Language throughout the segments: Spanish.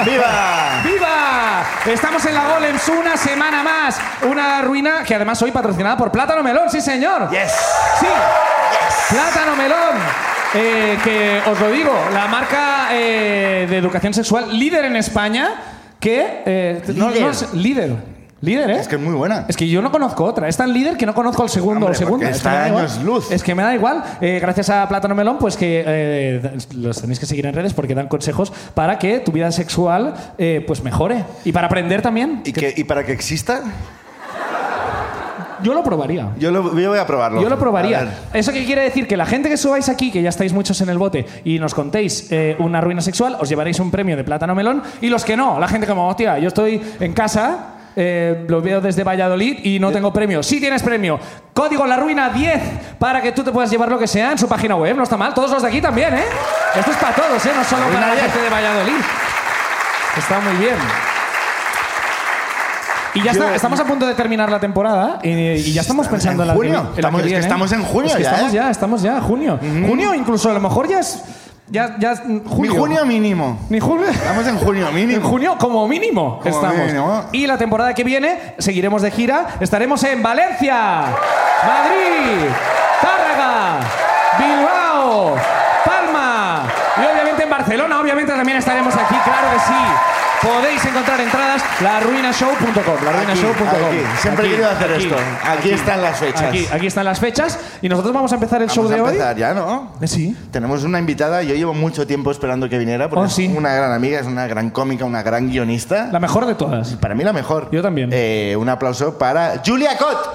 ¡Viva! ¡Viva! Estamos en la Golems una semana más. Una ruina que además hoy patrocinada por Plátano Melón, sí señor. ¡Yes! Sí. Yes. Plátano Melón. Que os lo digo, la marca de educación sexual líder en España que... Líder, ¿eh? Es que es muy buena. Es que yo no conozco otra. Es tan líder que no conozco el segundo o segunda. Está años luz. Es que me da igual. Gracias a Plátano Melón, pues que los tenéis que seguir en redes porque dan consejos para que tu vida sexual pues mejore. Y para aprender también. ¿Y para que exista? Yo lo probaría. Yo voy a probarlo. Yo lo probaría. ¿Eso qué quiere decir? Que la gente que subáis aquí, que ya estáis muchos en el bote, y nos contéis una ruina sexual, os llevaréis un premio de Plátano Melón. Y los que no, la gente como, hostia, yo estoy en casa... lo veo desde Valladolid y no tengo premio. Sí tienes premio. Código La Ruina 10 para que tú te puedas llevar lo que sea en su página web. No está mal. Todos los de aquí también, ¿eh? Esto es para todos, ¿eh? No solo para la gente de Valladolid. Está muy bien. Y ya está, estamos a punto de terminar la temporada y ya estamos pensando en la junio. Estamos en junio ya. Estamos ya, junio. Junio incluso a lo mejor ya es... Ya junio. Ni junio mínimo. Ni junio. Estamos en junio mínimo. En junio como mínimo estamos. Mínimo. Y la temporada que viene seguiremos de gira. Estaremos en Valencia, Madrid, Tárrega, Bilbao, Palma y obviamente en Barcelona. Obviamente también estaremos aquí, claro que sí. Podéis encontrar entradas laruinashow.com. Siempre he querido hacer esto. Aquí están las fechas. Aquí están las fechas. Y nosotros vamos a empezar el show de hoy. Vamos a empezar ya, ¿no? Sí. Tenemos una invitada. Yo llevo mucho tiempo esperando que viniera porque sí. es una gran amiga, es una gran cómica, una gran guionista. La mejor de todas. Para mí la mejor. Yo también. Un aplauso para Julia Cott.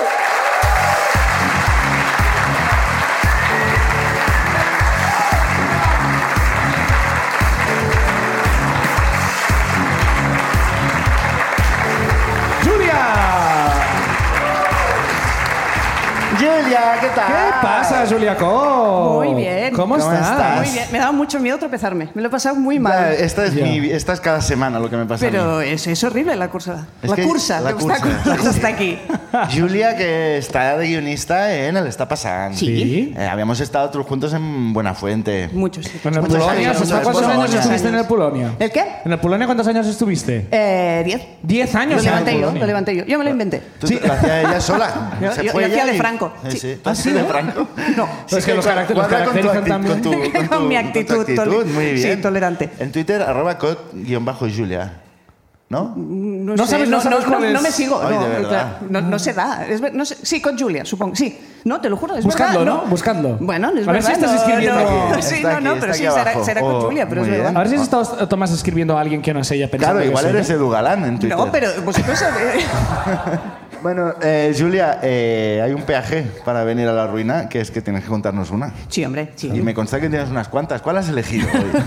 Julia, ¿qué tal? ¿Qué pasa, Julia Cott? Muy bien. ¿Cómo estás? Muy bien. Me daba mucho miedo tropezarme. Me lo he pasado muy mal. Esta es cada semana lo que me pasa Pero a mí. es horrible la cursa. La cursa. Hasta aquí. Julia, que está de guionista en El Está Pasando. Sí. Habíamos estado todos juntos en Buenafuente. Muchos. En el Pulonia, ¿cuántos años estuviste en el Pulonia? ¿El qué? ¿En el Pulonia cuántos años estuviste? 10. 10 años. Lo levanté yo. Yo me lo inventé. Lo hacía ella sola. Yo hacía de Franco. Sí. ¿Sí, de Franco? No. Es que los caracterizan también. Con mi actitud. Muy bien. Sí, tolerante. En Twitter, @cot_Julia. ¿No? No sabes cuál es. No me sigo. Ay, de verdad. No se da. Sí, con Julia, supongo. Sí. No, te lo juro. Es Buscadlo, verdad, ¿no? Buscadlo. Bueno, es a ver verdad. si estás escribiendo. Sí, Está aquí, pero sí, abajo. será con Julia, pero es muy verdad. bien. A ver si estás, Tomás, escribiendo a alguien que no es ella pensando. Claro, igual que eres Edu Galán en Twitter. No, pero vosotros sabéis. Bueno, Julia, hay un peaje para venir a La Ruina, que es que tienes que contarnos una. Sí, hombre. Sí. Y me consta que tienes unas cuantas. ¿Cuál has elegido hoy?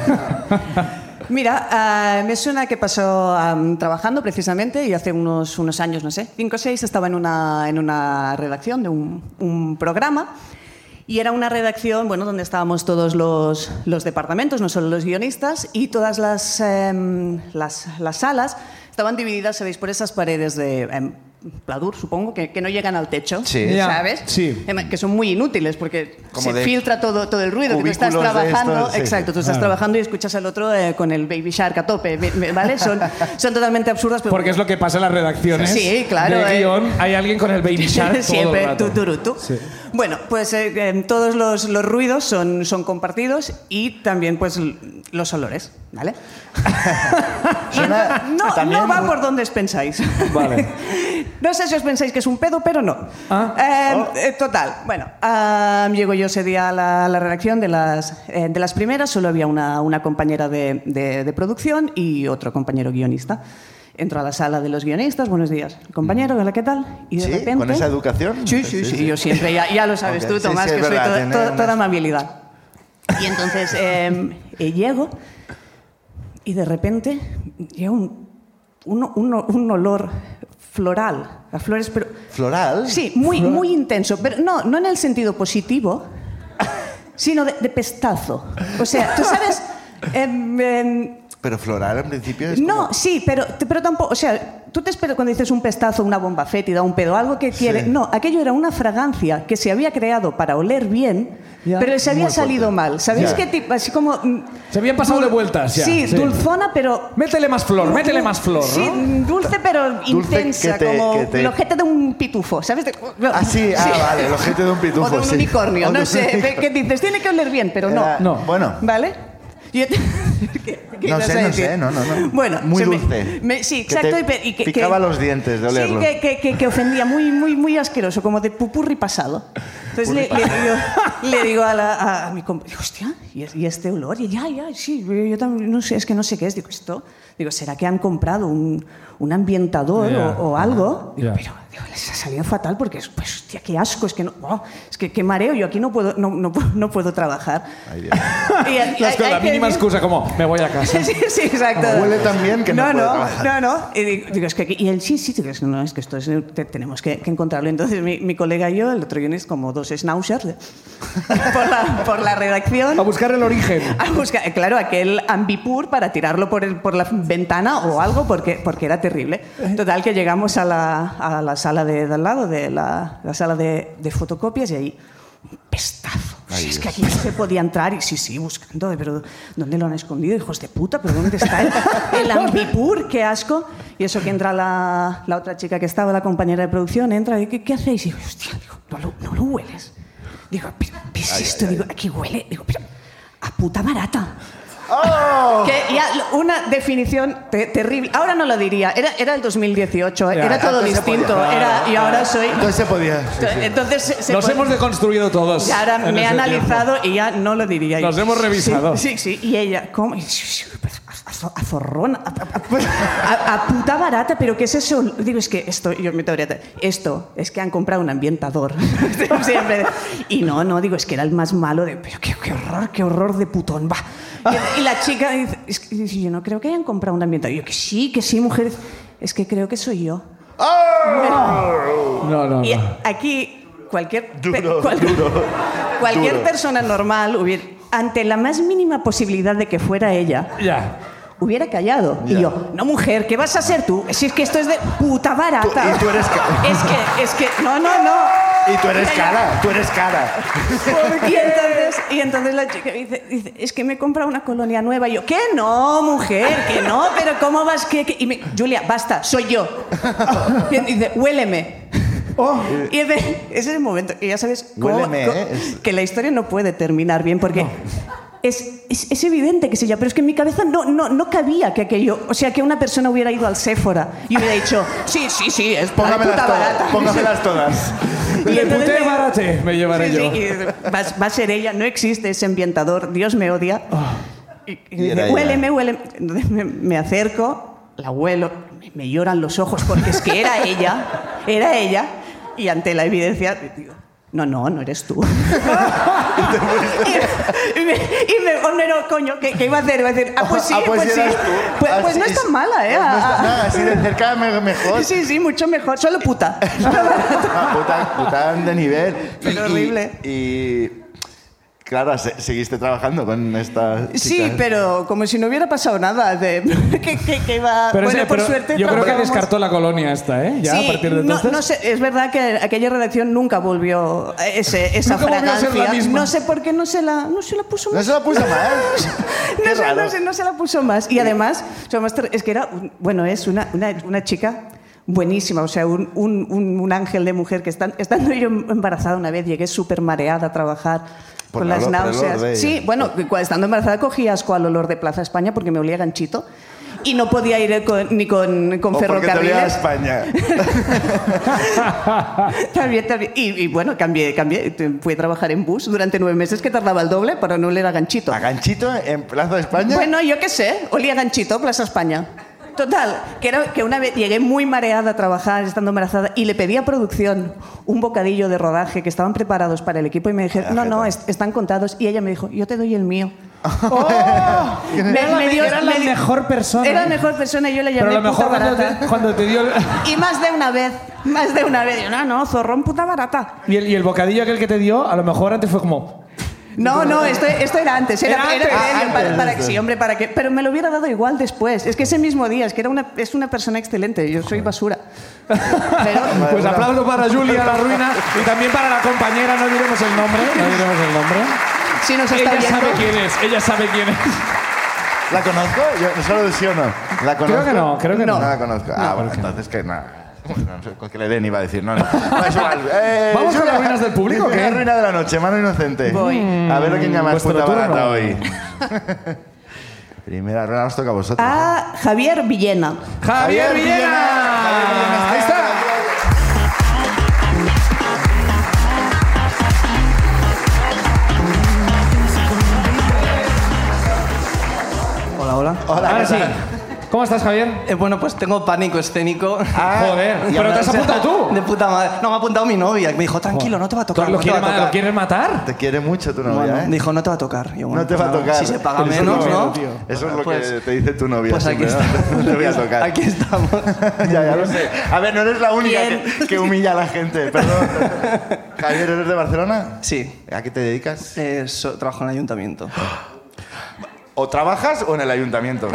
Mira, me suena que pasó trabajando precisamente y hace unos años, no sé, 5 o 6, estaba en una redacción de un programa y era una redacción, bueno, donde estábamos todos los departamentos, no solo los guionistas, y todas las salas estaban divididas, ¿sabéis?, por esas paredes de... pladur, supongo, que no llegan al techo, sí. ¿sabes? Sí. Que son muy inútiles porque como se filtra todo el ruido que tú estás trabajando. Estos, sí. Exacto, tú estás trabajando y escuchas al otro con el Baby Shark a tope, ¿vale? Son totalmente absurdas. Pero porque es lo que pasa en las redacciones. Sí, claro. De guión, hay alguien con el Baby Shark siempre, todo el rato. tú. Sí. Bueno, pues todos los ruidos son compartidos y también pues los olores, ¿vale? No va por donde os pensáis. Vale. No sé si os pensáis que es un pedo, pero no. Total, bueno, llego yo ese día a la redacción de las primeras, solo había una compañera de producción y otro compañero guionista. Entro a la sala de los guionistas, buenos días, compañero, hola, ¿qué tal? Y de repente... ¿Con esa educación? Sí, yo siempre, ya lo sabes tú, Tomás, que soy toda amabilidad. Y entonces llego y de repente llega un olor floral, a flores, pero... ¿Floral? Sí, muy intenso, pero no en el sentido positivo, sino de pestazo. O sea, tú sabes... Pero floral en principio es No, como... sí, pero tampoco... O sea, tú te esperas cuando dices un pestazo, una bomba fétida, un pedo, algo que quiere... Sí. No, aquello era una fragancia que se había creado para oler bien, Ya. pero les había Muy fuerte. salido mal. ¿Sabéis Ya. qué tipo? Así como... Se habían pasado de vueltas ya. Sí, dulzona, pero... Métele más flor, métele más flor, ¿no? Sí, dulce pero intensa, como el ojete de un pitufo, ¿sabes? Ah, sí, vale, el ojete de un pitufo, O de un sí. unicornio, O de no un sé. unicornio. ¿Qué dices? Tiene que oler bien, pero no. No. Bueno, ¿Vale? ¿Qué no ibas a sé, no decir? sé, no. Bueno, muy se me- dulce. sí, Que exacto. te y que- picaba los dientes de olerlo. Sí, que ofendía, muy asqueroso, como de pupurri pasado. Entonces le digo a mi compañero, hostia, ¿y este olor? Y ya, sí, yo también, no sé, es que no sé qué es. Digo, ¿esto? Digo, ¿será que han comprado un ambientador Ya. o algo? Digo, Ya. pero digo, les ha salido fatal porque, pues, hostia, qué asco, es que no, es que qué mareo, yo aquí no puedo trabajar. Ay, Dios. La mínima excusa como, me voy a casa. Sí, exacto. Huele tan bien que no puede trabajar. No. Y digo, es que aquí, y él sí, digo, no, es que esto tenemos que encontrarlo. Entonces mi colega y yo, el otro guionista, como dos schnauzers por la redacción. A buscar el origen. A buscar, claro, aquel ambipur para tirarlo por la ventana o algo, porque era terrible. Total, que llegamos a la sala de al lado, de la sala de fotocopias, y ahí un pestazo. Ay, Es Dios. que aquí no se podía entrar, y sí, buscando, pero ¿dónde lo han escondido, hijos de puta? ¿Pero dónde está el ambipur? ¡Qué asco! Y eso que entra la otra chica que estaba, la compañera de producción, entra y ¿qué hacéis? Y digo, hostia, ¿no lo hueles? Digo, ¿pero qué es esto? Digo, aquí huele. Digo, pero a puta barata. ¡Oh! Que ya una definición terrible. Ahora no lo diría. Era el 2018. Ya, Era todo antes se distinto. podía. Y ahora soy... Entonces se podía. Sí, sí. Entonces se Nos puede- hemos deconstruido todos. Y ahora en me he ese analizado tiempo. y ya no lo diría. Nos hemos revisado. Sí. Y ella, ¿cómo? A zorrón, a puta barata, pero ¿qué es eso? Digo, es que esto, yo mi teoría, esto es que han comprado un ambientador. Siempre. Y no, digo, es que era el más malo de, pero qué horror de putón, va. Y la chica dice, dice, yo no creo que hayan comprado un ambientador. Y yo, que sí, mujer, es que creo que soy yo. No. Y aquí cualquier Duro. persona normal ante la más mínima posibilidad de que fuera ella, Ya. hubiera callado. Y yo, no, mujer, ¿qué vas a ser tú? Si es que esto es de puta barata. Y tú eres Es que, no. Y tú eres cara. Y entonces la chica dice, es que me he comprado una colonia nueva. Y yo, ¿qué no, mujer? Que no, pero ¿cómo vas? Y Julia, basta, soy yo. Y dice, huéleme. Y ese es el momento. Y ya sabes Huéleme, que la historia no puede terminar bien porque... Es evidente que es ella, pero es que en mi cabeza no cabía que aquello... O sea, que una persona hubiera ido al Sephora y hubiera dicho, sí, es puta barata. Póngamelas todas. Y Le entonces puté barate, me llevaré yo. y va a ser ella, no existe ese ambientador, Dios me odia. Y Y dice, era ella. huéleme. Entonces me acerco, la huelo, me lloran los ojos porque es que era ella. Y ante la evidencia, digo, no eres tú. y me no, coño, ¿qué iba a hacer? Iba a decir, pues sí, pues sí eras tú. Pues no es tan mala, ¿eh? No está nada, así de cerca mejor. Sí, mucho mejor. Solo puta. Puta de nivel. Pero horrible. Y claro, seguiste trabajando con esta chica. Sí, pero como si no hubiera pasado nada. Que iba... Pero, bueno, por suerte... yo creo que trabajábamos- descartó la colonia esta, ¿eh? Ya, Sí, a partir de entonces. no sé, es verdad que aquella redacción nunca volvió esa Nunca volvió a ser la fragancia. misma. No sé por qué no se la puso No más. se la puso mal. Qué raro. No se la puso más. Y además, es que era, es una chica buenísima, o sea, un ángel de mujer que estando yo embarazada una vez llegué súper mareada a trabajar Por con la las olor- por el olor náuseas. de ella. Sí, bueno, estando embarazada cogía asco al olor de Plaza España porque me olía a ganchito y no podía ir ni con O porque te olía a ferrocarriles. España. También. Y bueno, cambié. Fui a trabajar en bus durante 9 meses que tardaba el doble para no oler a ganchito. ¿A Ganchito en Plaza de España? Bueno, yo qué sé, olía a ganchito, Plaza España. Total, que una vez llegué muy mareada a trabajar estando embarazada y le pedí a producción un bocadillo de rodaje que estaban preparados para el equipo y me dijeron, no, están contados. Y ella me dijo, yo te doy el mío. Era la mejor persona. Era la mejor persona y yo le Pero llamé a lo mejor puta barata. cuando te dio... Y más de una vez. Yo, no, zorrón, puta barata. Y el bocadillo aquel que te dio, a lo mejor antes fue como... No, esto era antes. Era Era previo, antes. sí, hombre, para que... Pero me lo hubiera dado igual después. Es que ese mismo día, es que es una persona excelente. Yo soy basura. Pero... Pues aplauso para Julia La Ruina y también para la compañera, no diremos el nombre. Si nos está Ella viendo... ella sabe quién es. ¿La conozco? Yo solo de sí o no. ¿La conozco? Creo que no. No la conozco. Bueno, entonces que nada. Bueno, no sé, con que le den iba a decir, no. No es igual. ¿Vamos con las ruinas del público o qué? La ruina de la noche, mano inocente. Voy. A ver a quién llama Vuestro puta turno. barata hoy. Primera ruina nos toca a vosotros. A Javier Villena. Javier Villena. Ahí está. Hola. Hola, Ahora ¿qué sí. tal? ¿Cómo estás, Javier? Bueno, pues tengo pánico escénico. Joder, Y pero ahora, te has o sea, apuntado tú. De puta madre. No, me ha apuntado mi novia, que me dijo, tranquilo, no te va a tocar. ¿Lo no te va a quieres, tocar. ¿Lo quieres matar? Te quiere mucho tu novia, Bueno, ¿eh? dijo, no te va a tocar. Yo, bueno, No te va a pues nada, tocar. Si se paga Eso es menos, lo que- ¿no? Eso es lo Pues- que te dice tu novia. Pues aquí siempre, está. ¿no? No te voy a tocar. Aquí estamos. Ya lo sé. A ver, no eres la única Bien. que humilla a la gente. Perdón. Javier, ¿eres de Barcelona? Sí. ¿A qué te dedicas? Trabajo en el ayuntamiento. ¿O trabajas o en el ayuntamiento?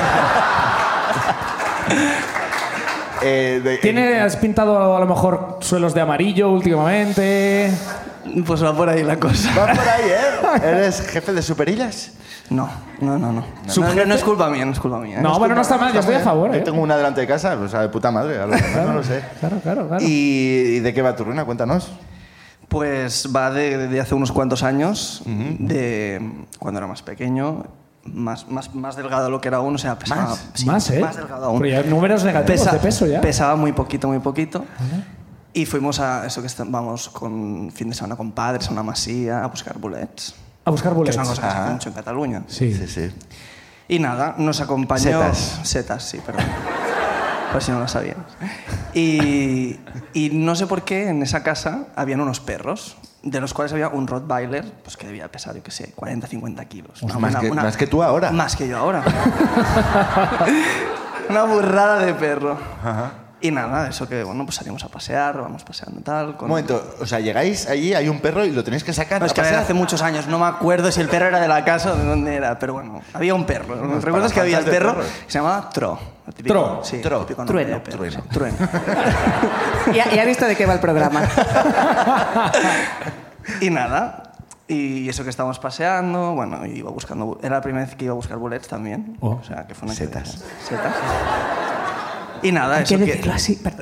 ¿Has pintado a lo mejor suelos de amarillo últimamente? Pues va por ahí la cosa. Va por ahí, ¿eh? ¿Eres jefe de superillas? No. No es culpa mía, no es culpa mía. ¿eh? No, bueno, no está mal, yo estoy a favor, Yo ¿eh? tengo una delante de casa, o sea, de puta madre, a lo mejor no lo sé. Claro. ¿Y de qué va tu ruina? Cuéntanos. Pues va de hace unos cuantos años, de cuando era más pequeño, más delgado de lo que era aún, o sea, pesaba... ¿Más? sí, Más, ¿eh? Más delgado aún. Pero ya números negativos de peso ya. Pesaba muy poquito. Y fuimos a eso que vamos con fin de semana con padres, a una masía, a buscar bullets. A buscar Que bullets. es una cosa que se hace mucho en Cataluña. Sí. Sí, sí. Y nada, nos acompañó... Setas, sí, perdón. Por si no lo sabías. Y no sé por qué en esa casa habían unos perros, de los cuales había un Rottweiler, pues que debía pesar, yo qué sé, 40, 50 kilos. Más que tú ahora. Más que yo ahora. Una burrada de perro. Ajá. Y nada, eso que, bueno, pues salimos a pasear, vamos paseando tal. Un momento, o sea, llegáis allí, hay un perro y lo tenéis que sacar. No, es a que pasear. hace muchos años, no me acuerdo si el perro era de la casa o de dónde era, pero bueno, había un perro. Unos ¿Recuerdas que había el perro? palafantas de Que se llamaba Tro. El típico- Tro. Sí, Tro. el típico nombre Trueno. de perro, Trueno. sí, Trueno. Ya ha visto de qué va el programa. Y nada, y eso que estábamos paseando, bueno, iba buscando... Era la primera vez que iba a buscar bullets también. Oh. O sea, que fue una... Setas. Setas. Y nada, Hay eso que que... decirlo así. perdón.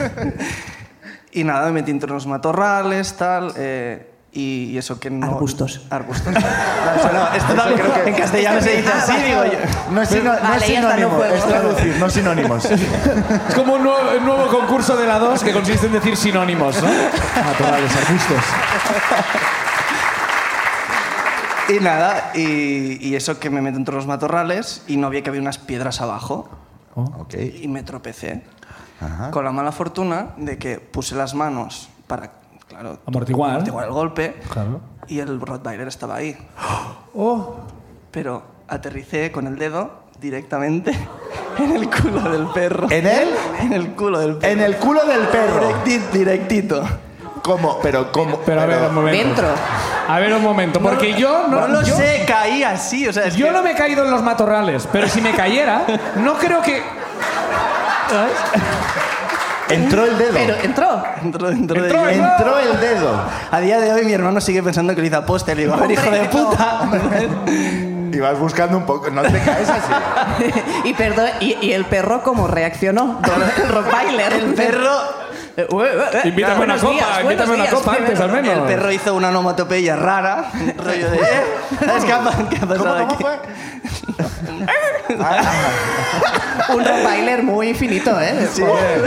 Y nada, me metí entre unos matorrales, tal, y eso que no... Arbustos. Arbustos. No, eso no, esto también creo que en castellano se dice así, digo yo. No es, no es Vale, ya está, sinónimo, no juego. es traducir, no sinónimos. Es como un nuevo concurso de la 2 que consiste en decir sinónimos, ¿no? Matorrales, arbustos. Y nada, y eso que me meto entre los matorrales y no vi que había unas piedras abajo Ok. y me tropecé. Ajá. Con la mala fortuna de que puse las manos para, claro, Amortiguar. el golpe Claro. y el Rottweiler estaba ahí. Oh. Pero aterricé con el dedo directamente en el culo del perro. ¿En él? En el culo del perro. En el culo del perro. Directito. ¿Cómo? Pero Pero a ver, un momento. Dentro. A ver un momento, porque yo No lo yo- sé, caí así, o sea, es Yo que... no me he caído en los matorrales, pero si me cayera, no creo que... entró el dedo. Pero entró. Entró Entró, de... Entró el dedo. A día de hoy mi hermano sigue pensando que le hizo aposta. Le digo, a ver, hijo de puta. Y vas buscando un poco. No te caes así. Y perdón, y el perro cómo reaccionó. El Rottweiler. El perro... Invítame una copa, invítame una copa antes al menos. El perro hizo una onomatopeya rara, rollo de... ¿Sabes qué ha pasado ¿Cómo aquí? fue? Un Rottweiler muy finito, ¿eh? Sí.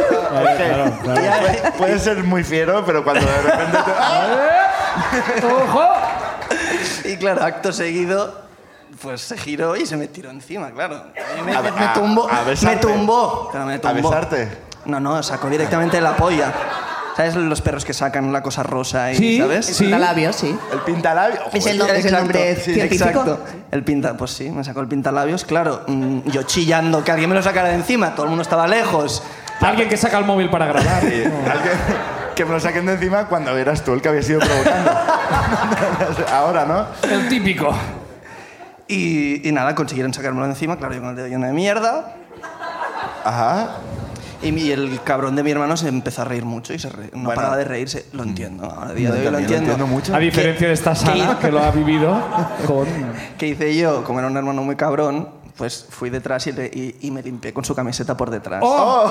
Puede ser muy fiero, pero cuando de repente te... ¡Ojo! Y claro, acto seguido, pues se giró y se me tiró encima, claro. Y me A tumbó. besarte. Me tumbó. Claro, me ¿A tumbó. besarte? No, sacó directamente la polla. ¿Sabes los perros que sacan la cosa rosa y, Sí, ¿sabes? sí. Pintalabios, sí. El pintalabio. Es el Joder, nombre, es el nombre Exacto, científico. Exacto. El pinta, pues sí, me sacó el pintalabios. Claro, yo chillando que alguien me lo sacara de encima, todo el mundo estaba lejos. Alguien que saca el móvil para grabar. sí. que me lo saquen de encima cuando eras tú el que había sido provocando. Ahora, ¿no? El típico. Y nada, consiguieron sacármelo de encima, claro, yo con el dedo lleno de mierda. Ajá. Y el cabrón de mi hermano se empezó a reír mucho y no paraba de reírse. Lo entiendo, ahora a día de hoy lo entiendo. Mucho. A diferencia de esta Sara, que lo ha vivido con... ¿Qué hice yo? Como era un hermano muy cabrón, pues fui detrás y me limpié con su camiseta por detrás.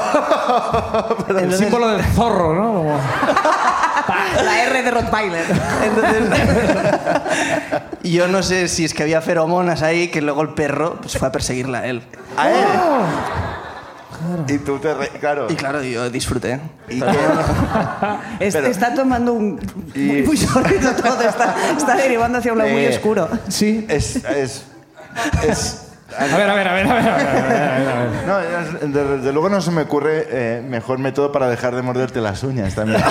El símbolo del zorro, ¿no? Como... La R de Rottweiler. Entonces, yo no sé si es que había feromonas ahí, que luego el perro pues, fue a perseguirla a él. ¿A él? Claro. Y tú claro. Y claro, yo disfruté. Está tomando un... Muy sólido todo. Está derivando hacia un lado muy oscuro. Sí. A ver. No, desde luego no se me ocurre mejor método para dejar de morderte las uñas también.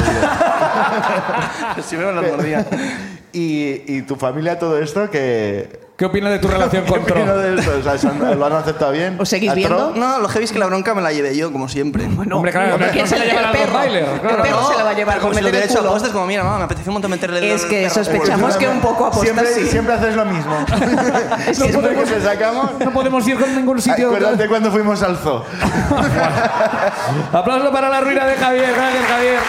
Sí me las mordía. ¿Y tu familia todo esto ¿Qué opina de tu relación con ¿Qué opina Tro? de esto? O sea, ¿lo han aceptado bien? ¿Os seguís ¿A viendo? Tro? No, lo heavy es que la bronca me la llevé yo, como siempre. Bueno, Hombre, claro, ¿quién se la lleva al Rottweiler? El perro se la va a llevar como con si lo meter hubiera el hecho a culo. postas, como mira, mamá, me apetece un montón meterle el dedo Es en el que perro. sospechamos que un poco apostas sí. Siempre haces lo mismo. Siempre que te sacamos... No podemos ir con ningún sitio. Acuérdate cuando fuimos al zoo. Aplauso para la ruina de Javier. Gracias, Javier.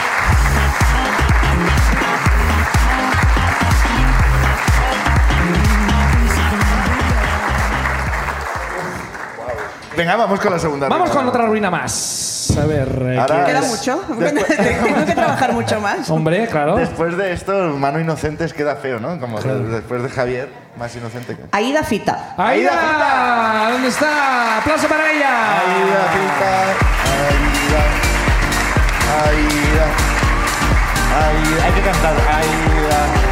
Venga, vamos con la segunda Vamos ruina. con otra ruina más. A ver... Ahora- ¿Queda Es- mucho? Tengo que trabajar mucho más. Hombre, claro. Después de esto, mano inocentes queda feo, ¿no? Como después de Javier, más inocente que... Aida Fita. ¡Aida! ¿Dónde está? ¡Aplauso para ella! Aida, Fita, Aida. Hay que cantar. Aida.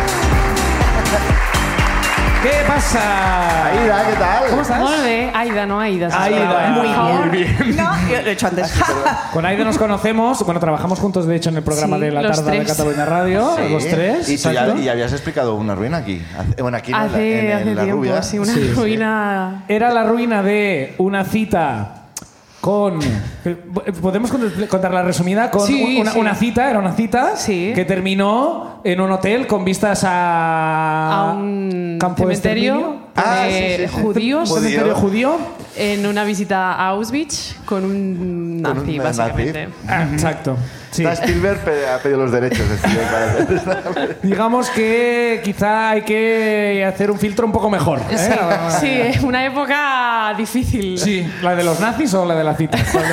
¿Qué pasa? Aida, ¿qué tal? ¿Cómo estás? Molt bé. Aida, no Aida. Aida. Muy bien. No, yo lo he hecho antes. Con Aida nos conocemos, bueno, trabajamos juntos de hecho en el programa Sí, de la los tarde de tres. Cataluña Radio, Sí. los tres. Y tú exacto. ya habías explicado una ruina aquí. Bueno, aquí no, Hace en la tiempo, rubia. sí, una Sí, sí. ruina. Era la ruina de una cita con... ¿Podemos contar la resumida? Con Sí, sí. una cita, era una cita Sí. que terminó en un hotel con vistas A un campo de cementerio exterminio. de judíos Judío. ¿Cementerio judío? en una visita a Auschwitz con un Con nazi, un básicamente. Ah, exacto. Sí. Está Spielberg ha pedido los derechos. Spielberg, para- Digamos que quizá hay que hacer un filtro un poco mejor. ¿eh? Sí, una época difícil. Sí, ¿la de los nazis o la de la cita?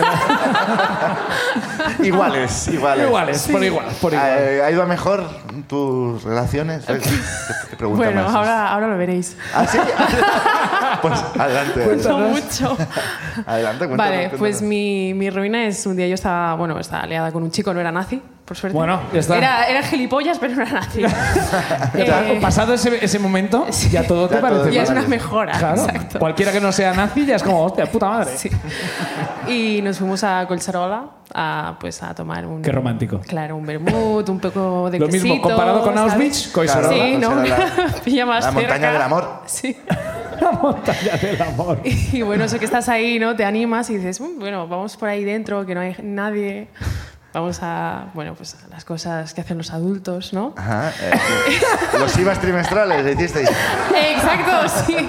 Iguales. Iguales, por igual. ¿Ha ido a mejor tus relaciones? Te pregunto Bueno, más. ahora lo veréis. ¿Ah, sí? Pues adelante. No mucho. Adelante, cuéntanos. Vale, pues cuéntanos. mi ruina es un día yo estaba liada con un chico, no era nazi, por suerte. Bueno, ya está. Era gilipollas, pero no era nazi. Pasado ese momento, ya todo te Ya parece todo ya es una maravilloso. mejora, Claro. exacto. Cualquiera que no sea nazi ya es como, hostia, puta madre. Sí. Y nos fuimos a Collserola a tomar un... Qué romántico. Claro, un vermut, un poco de Lo mismo, quesito, comparado con ¿sabes? Auschwitz, Collserola. Sí, ¿no? Collserola. Pilla más La montaña cerca. del amor. Sí. La montaña del amor. Y bueno, eso que estás ahí, ¿no? Te animas y dices, bueno, vamos por ahí dentro, que no hay nadie. Vamos a, pues a las cosas que hacen los adultos, ¿no? Ajá. Los IVAs trimestrales, ¿le hicisteis? Exacto, sí.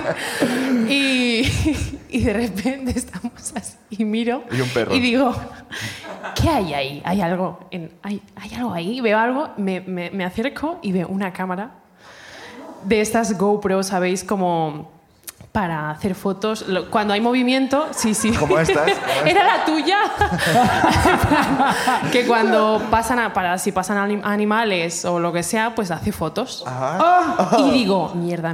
Y de repente estamos así y miro Y un perro. y digo, ¿qué hay ahí? ¿Hay algo? ¿Hay algo ahí? Veo algo, me acerco y veo una cámara de estas GoPro, ¿sabéis? Como para hacer fotos. Cuando hay movimiento, sí. ¿Cómo estás? Era la tuya. Que cuando si pasan animales o lo que sea, pues hace fotos. Y digo, mierda.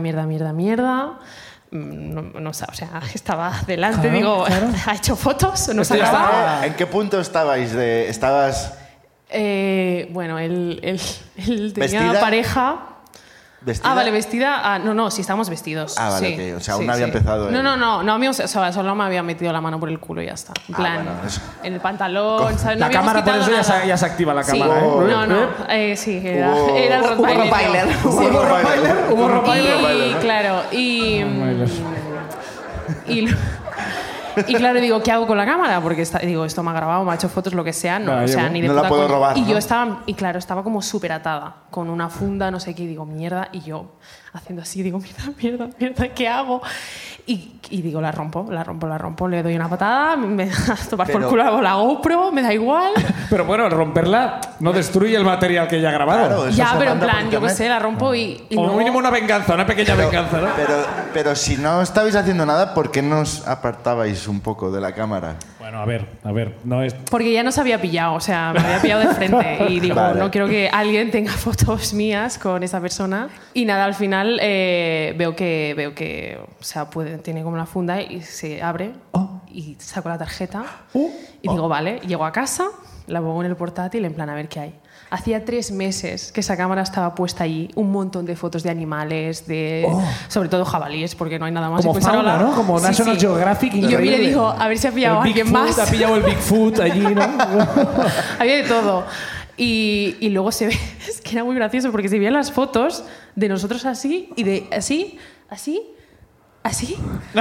No sé, o sea, estaba delante, Claro, digo, claro. ¿ha hecho fotos o no se Esto ha ya está. grabado? ¿En qué punto estabais? ¿Estabas Bueno, él tenía ¿Vestida? pareja. vestida? Ah, vale, vestida. No, sí, estamos vestidos. Ah, vale, sí. ok. O sea, aún Sí, no había sí. empezado el- No, solo me había metido la mano por el culo y ya está. En plan, bueno, eso. en el pantalón, ¿sabes? No La habíamos cámara, por quitado eso nada. ya se activa la Sí. cámara. Sí, era Hubo- el Rottweiler. Rottweiler. Sí. Hubo Rottweiler. Hubo Rottweiler. Y claro, Y claro, digo, ¿qué hago con la cámara? Porque digo, esto me ha grabado, me ha hecho fotos, lo que sea. No, Claro, o sea, ni de no puta la puedo coña. robar, Y ¿no? yo estaba, y claro, estaba como súper atada, con una funda, no sé qué, y digo, mierda, y yo haciendo así, digo, mierda, ¿qué hago? Y digo, la rompo, le doy una patada, me a tomar por culo la GoPro, me da igual. Pero bueno, romperla no destruye el material que ya ha grabado. Claro, eso Ya, se pero en manda por plan, yo qué internet. sé, la rompo y O luego- mínimo una venganza, una pequeña venganza, ¿no? Pero si no estabais haciendo nada, ¿por qué no os apartabais un poco de la cámara? Bueno, a ver, no es... Porque ya nos había pillado, o sea, me había pillado de frente y digo, Vale. no quiero que alguien tenga fotos mías con esa persona. Y nada, al final veo que, o sea, tiene como una funda y se abre y saco la tarjeta y digo, vale, llego a casa, la pongo en el portátil en plan a ver qué hay. Hacía 3 meses que esa cámara estaba puesta allí, un montón de fotos de animales, sobre todo jabalíes, porque no hay nada más. Como Y pues ahora fauna, ¿no? Como Sí, National sí. Geographic, Y yo increíble. mire, digo, a ver si ha pillado a El alguien Bigfoot, más. ha pillado el Bigfoot allí, ¿no? Había de todo. Y luego se ve, es que era muy gracioso porque se veían las fotos de nosotros así y de así, así,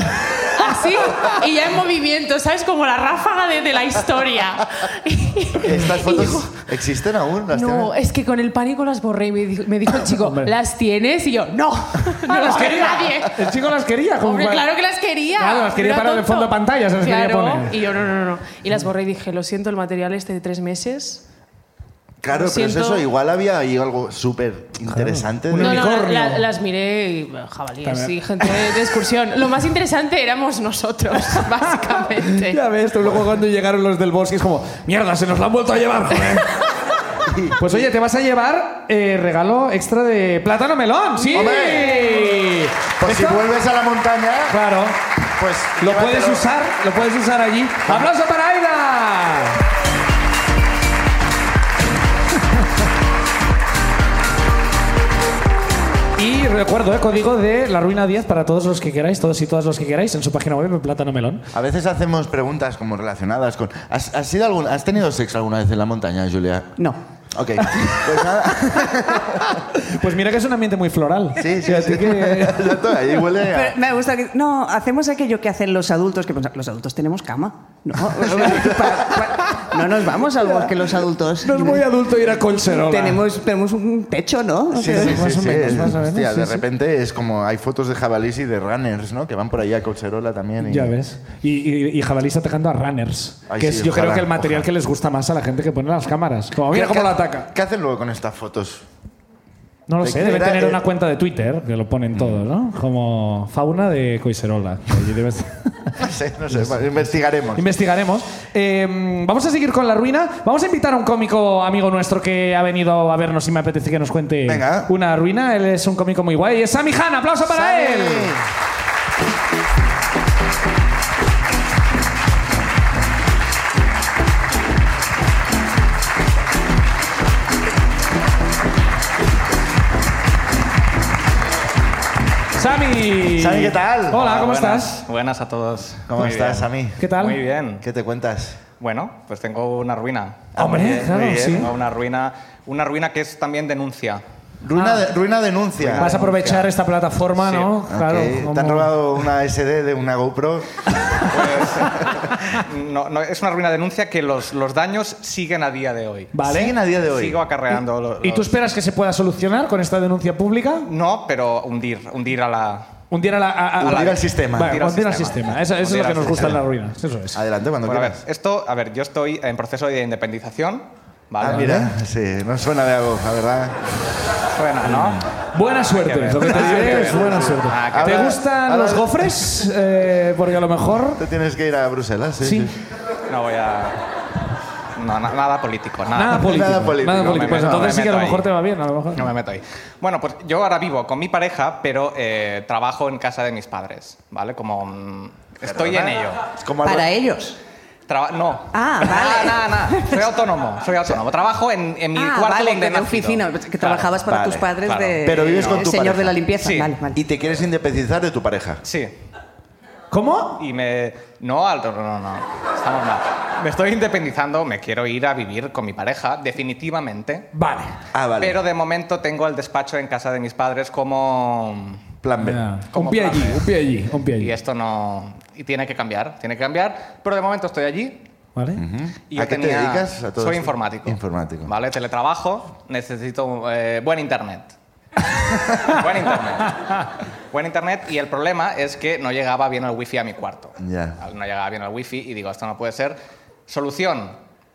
y ya en movimiento, ¿sabes? Como la ráfaga de la historia. ¿Estas Y fotos yo, existen aún? ¿Las no, tienes? es que con el pánico las borré y me dijo el chico, Hombre. ¿las tienes? Y yo, no, no las quería nadie. El chico las quería. como Hombre, para- claro que las quería. Claro, las quería Era para el tonto. fondo de pantalla, se las quería Claro, poner. y yo, no. Y las borré y dije, lo siento, el material este de 3 meses... Claro, Lo pero es siento. eso, igual había ahí algo súper interesante. Un de- unicornio. las miré y jabalíes También. y gente de excursión. Lo más interesante éramos nosotros, básicamente. Ya ves, tú luego cuando llegaron los del bosque es como, mierda, se nos la han vuelto a llevar, joder. Pues oye, te vas a llevar regalo extra de plátano melón, sí. ¡Hombre! Pues si ¿Esto? vuelves a la montaña, Claro, pues lo puedes llévatelo. usar allí. ¡Aplauso para Aida! Y recuerdo, código de La Ruina 10 para todos los que queráis, todos y todas los que queráis, en su página web, en Plátano Melón. A veces hacemos preguntas como relacionadas con... ¿Has tenido sexo alguna vez en la montaña, Julia? No. Ok, pues nada. Pues mira que es un ambiente muy floral. Sí, Que a ti que- Exacto, ahí huele a... Pero me gusta que... No, hacemos aquello que hacen los adultos, que los adultos tenemos cama. No, no nos vamos al bosque los adultos. No es muy adulto ir a Collserola. Tenemos un techo, ¿no? Sí, Que- sí, Más sí, o sí. menos, más o menos, Hostia, sí, de sí. repente es como... Hay fotos de jabalís y de runners, ¿no? Que van por ahí a Collserola también. Y... Ya ves. Y jabalís atacando a runners. Ay, que sí, es, yo ojalá, creo que el material ojalá. que les gusta más a la gente que pone las cámaras. Como, mira cómo lo ataca. ¿Qué hacen luego con estas fotos? No lo ¿De sé, qué debe era? tener una cuenta de Twitter que lo ponen todo, ¿no? Como fauna de Collserola. Allí debes- No sé, bueno, investigaremos. Investigaremos. Vamos a seguir con la ruina. Vamos a invitar a un cómico amigo nuestro que ha venido a vernos y me apetece que nos cuente Venga. una ruina. Él es un cómico muy guay. Es Sammy Han. ¡Aplauso para ¡Sammy! él! Sammy. Sammy, ¿qué tal? Hola, ¿cómo Buenas, estás? Buenas a todos. ¿Cómo Muy estás, bien. Sammy? ¿Qué tal? Muy bien. ¿Qué te cuentas? Bueno, pues tengo una ruina. Hombre, claro, muy bien. sí. Tengo una ruina que es también denuncia. Ruina denuncia. Vas a aprovechar esta plataforma, Sí. ¿no? Ok, Claro. ¿Te como- han robado una SD de una GoPro? No, es una ruina denuncia que los daños siguen a día de hoy. Vale. Siguen a día de hoy. Sigo acarreando ¿Y tú esperas que se pueda solucionar con esta denuncia pública? No, pero hundir a la... Hundir Hundir al sistema. Vale, Hundir al hundir al sistema. sistema. Eso es Hundir lo que al nos gusta en sistema. las ruinas. Eso es. Adelante, cuando Bueno, quieras. yo estoy en proceso de independización, ¿vale? Ah, mira, sí, no suena de algo, la verdad. Suena, ¿no? Buena suerte. bien. Lo que te Ah, diré qué es bien. buena suerte. Ah, qué ¿Te bien. gustan Ahora- los gofres? Porque a lo mejor... Te tienes que ir a Bruselas, sí. Sí. No voy a... No, nada político, Nada político. Nada político. Nada No político. me Pues meto- entonces me sí que a lo meto mejor ahí. te va bien. A lo mejor. No me meto ahí. Bueno, pues yo ahora vivo con mi pareja, pero trabajo en casa de mis padres, ¿vale? Como estoy en ello. Es como Para ellos. No. Ah, vale. Nada. Soy autónomo. Trabajo en mi cuarto vale, donde he de nacido. oficina. Que trabajabas para vale, tus padres claro. de... Pero vives con tu señor pareja. de la limpieza. Sí. Vale, vale. Y te quieres independizar de tu pareja. Sí. ¿Cómo? Y me... No. Estamos mal. Me estoy independizando, me quiero ir a vivir con mi pareja, definitivamente. Vale. Ah, vale. Pero de momento tengo el despacho en casa de mis padres como... Plan B. Ya. Un Como pie plan allí, B. un pie allí, un pie allí. Y esto no... Y tiene que cambiar, pero de momento estoy allí. ¿Vale? Y ¿A yo qué te dedicas? A todo soy esto? informático. Informático. ¿Vale? Teletrabajo, necesito buen internet. Buen internet y el problema es que no llegaba bien el wifi a mi cuarto. Ya. No llegaba bien el wifi y digo, esto no puede ser. Solución,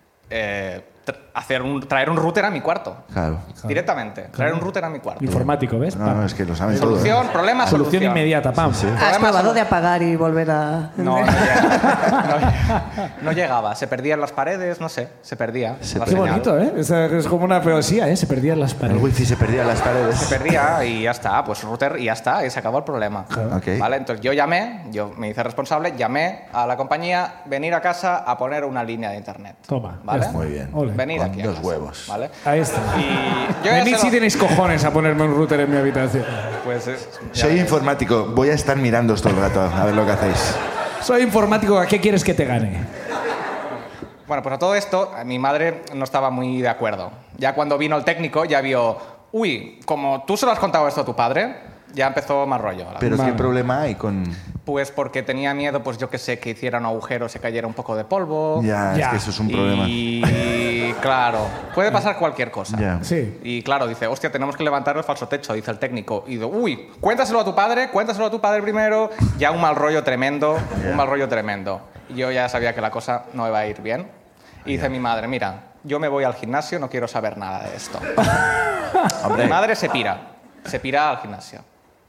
traer un router a mi cuarto. Claro. Directamente, traer un router a mi cuarto. Informático, ¿ves? No, es que lo saben todo. Solución, problema, Solución inmediata, pam. Sí. ¿Has Problema probado solo- de apagar y volver a...? No, no llegaba. No llegaba. Se perdían las paredes, no sé, se perdía. la Qué señal. bonito, ¿eh? Es como una poesía, ¿eh? Se perdían las El paredes. wifi se perdía en las paredes. Se perdía y ya está, pues router y ya está, y se acabó el problema. Ok. ¿Vale? Entonces yo me hice responsable, llamé a la compañía, venir a casa a poner una línea de internet. Toma, ¿Vale? ya está. Muy bien. Ole. Venid Con aquí a dos casa, huevos. ¿vale? Ahí está. Y yo ya Venid se si lo- tenéis cojones a ponerme un router en mi habitación. Pues Soy informático. Voy a estar mirando todo el rato a ver lo que hacéis. Soy informático, ¿a qué quieres que te gane? Bueno, pues a todo esto, mi madre no estaba muy de acuerdo. Ya cuando vino el técnico, ya vio, uy, como tú se lo has contado esto a tu padre, ya empezó más rollo. Pero Vale. ¿qué problema hay con...? Pues porque tenía miedo, pues yo que sé, que hiciera un agujero, se cayera un poco de polvo. Ya, es Ya. que eso es un problema. Y claro, puede pasar cualquier cosa. Ya. Sí. Y claro, dice, hostia, tenemos que levantar el falso techo, dice el técnico. Y digo, uy, cuéntaselo a tu padre primero. Ya un mal rollo tremendo, un mal rollo tremendo. Y yo ya sabía que la cosa no iba a ir bien. Y dice mi madre, mira, yo me voy al gimnasio, no quiero saber nada de esto. Mi madre se pira al gimnasio.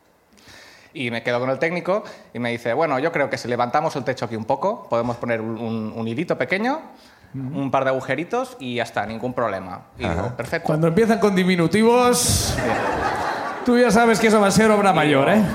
Y me quedo con el técnico y me dice, bueno, yo creo que si levantamos el techo aquí un poco, podemos poner un hilito pequeño, un par de agujeritos y ya está, ningún problema. Y digo, perfecto. Cuando empiezan con diminutivos, tú ya sabes que eso va a ser obra mayor, ¿eh?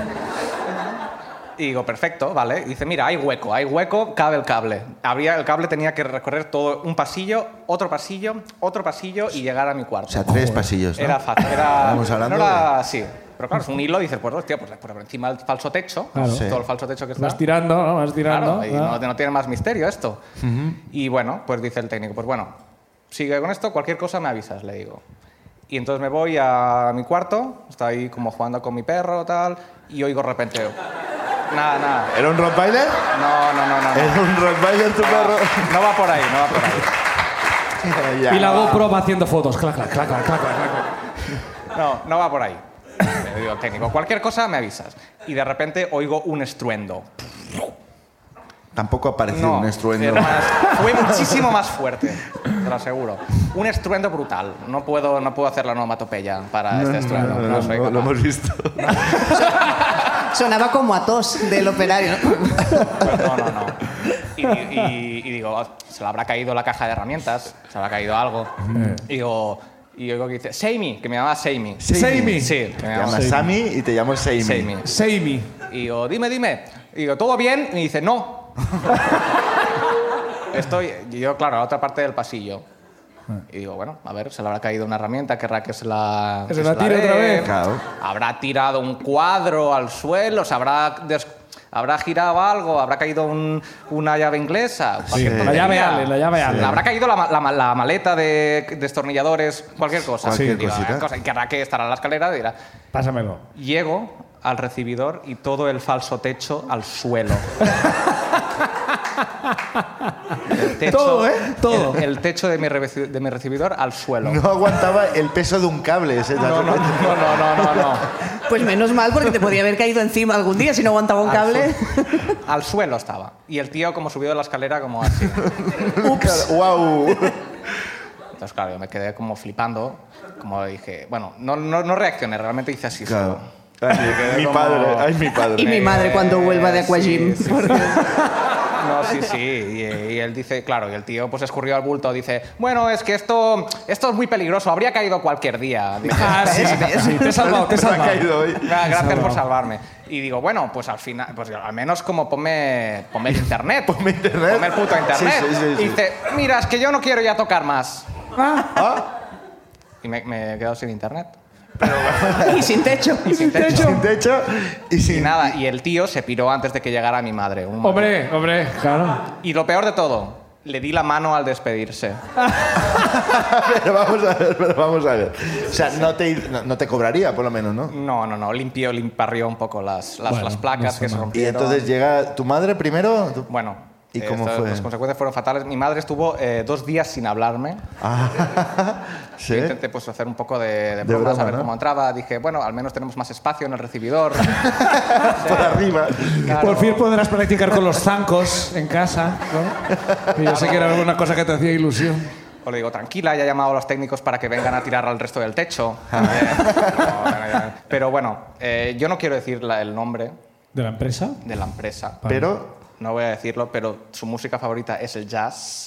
Y digo, perfecto, vale. Y dice, mira, hay hueco, cabe el cable. El cable tenía que recorrer todo un pasillo, otro pasillo y llegar a mi cuarto. O sea, 3 pasillos, ¿no? Era fácil, Estamos hablando no era así. Pero claro, es un hilo, dices, pues hostia, pues por encima del falso techo, Claro. Sí. todo el falso techo que está. Vas tirando, ¿no? Vas tirando. Claro, y no tiene más misterio esto. Y bueno, pues dice el técnico, pues bueno, sigue con esto, cualquier cosa me avisas, le digo. Y entonces me voy a mi cuarto, estaba ahí como jugando con mi perro tal, y oigo de repente, nada. ¿Era un Rottweiler? No. ¿Era un Rottweiler tu perro? No va por ahí, no va por ahí. Ya. Y la GoPro va haciendo fotos. Clac, clac, clac, clac, clac, clac. No va por ahí. Le digo al técnico, cualquier cosa me avisas. Y de repente oigo un estruendo. Tampoco ha parecido un estruendo. Fue muchísimo más fuerte, te lo aseguro. Un estruendo brutal. No puedo hacer la onomatopeya para este estruendo. No soy lo capaz. hemos visto. Sonaba como a tos del operario. Pues no. Y digo, se le habrá caído la caja de herramientas, se le habrá caído algo. Y digo que dice, Seimi, que me llama Seimi. Seimi. Sí, que Te me llama llamas Sammy y te llamo Seimi. Seimi. Seimi. Y digo, dime. Y digo, ¿todo bien? Y me dice, no. Y yo, claro, a la otra parte del pasillo. Y digo, bueno, a ver, se le habrá caído una herramienta, querrá que se la... Que se la tire otra vez. Claro. Habrá tirado un cuadro al suelo, se habrá girado algo, habrá caído una llave inglesa. cualquier La tontería. llave Ale, la llave Ale. Le habrá caído la maleta de destornilladores, cualquier cosa. Cualquier Digo, cosita. y querrá que estará en la escalera y dirá... Pásamelo. Llego al recibidor y todo el falso techo al suelo. El techo, Todo, ¿eh? Todo. El techo de mi recibidor al suelo. No aguantaba el peso de un cable ese. No. Pues menos mal, porque te podía haber caído encima algún día si no aguantaba un cable. Al suelo estaba. Y el tío como subido de la escalera como así. ¡Wow! Entonces, claro, yo me quedé como flipando. Como dije... Bueno, no reaccioné. Realmente hice así Claro. solo. Ay, mi como- padre, ay, mi padre. Y mi madre cuando vuelva de Aquagym. Sí. No, sí. Y él dice, claro, y el tío pues escurrió al bulto. Dice, bueno, es que esto es muy peligroso. Habría caído cualquier día. Dice, Ah, sí. Te he salvado, te he Me ha salvado. caído hoy. Gracias por salvarme. Y digo, bueno, pues al final, pues al menos como ponme el internet. Ponme internet. Ponme el puto internet. Sí. Y dice, mira, es que yo no quiero ya tocar más. Y me he quedado sin internet. Y sin techo. Sin techo y Y sin... nada, y el tío se piró antes de que llegara mi madre. Hombre, claro. Y lo peor de todo, le di la mano al despedirse. Pero vamos a ver. O sea, no te cobraría, por lo menos, ¿no? No. Limpiarrió un poco las placas que se Y rompieron. entonces llega tu madre primero. Bueno, ¿Y cómo fue? Las consecuencias fueron fatales. Mi madre estuvo 2 días sin hablarme. ¿Sí? Yo intenté pues, hacer un poco de bromas, a ver cómo entraba. Dije, bueno, al menos tenemos más espacio en el recibidor. Por arriba. Claro. Por fin podrás practicar con los zancos en casa, ¿no? Y yo sé que era una cosa que te hacía ilusión. O le digo, tranquila, ya he llamado a los técnicos para que vengan a tirar al resto del techo. Pero bueno, yo no quiero decir el nombre ¿De la empresa? de la empresa. Pero... No voy a decirlo, pero su música favorita es el jazz.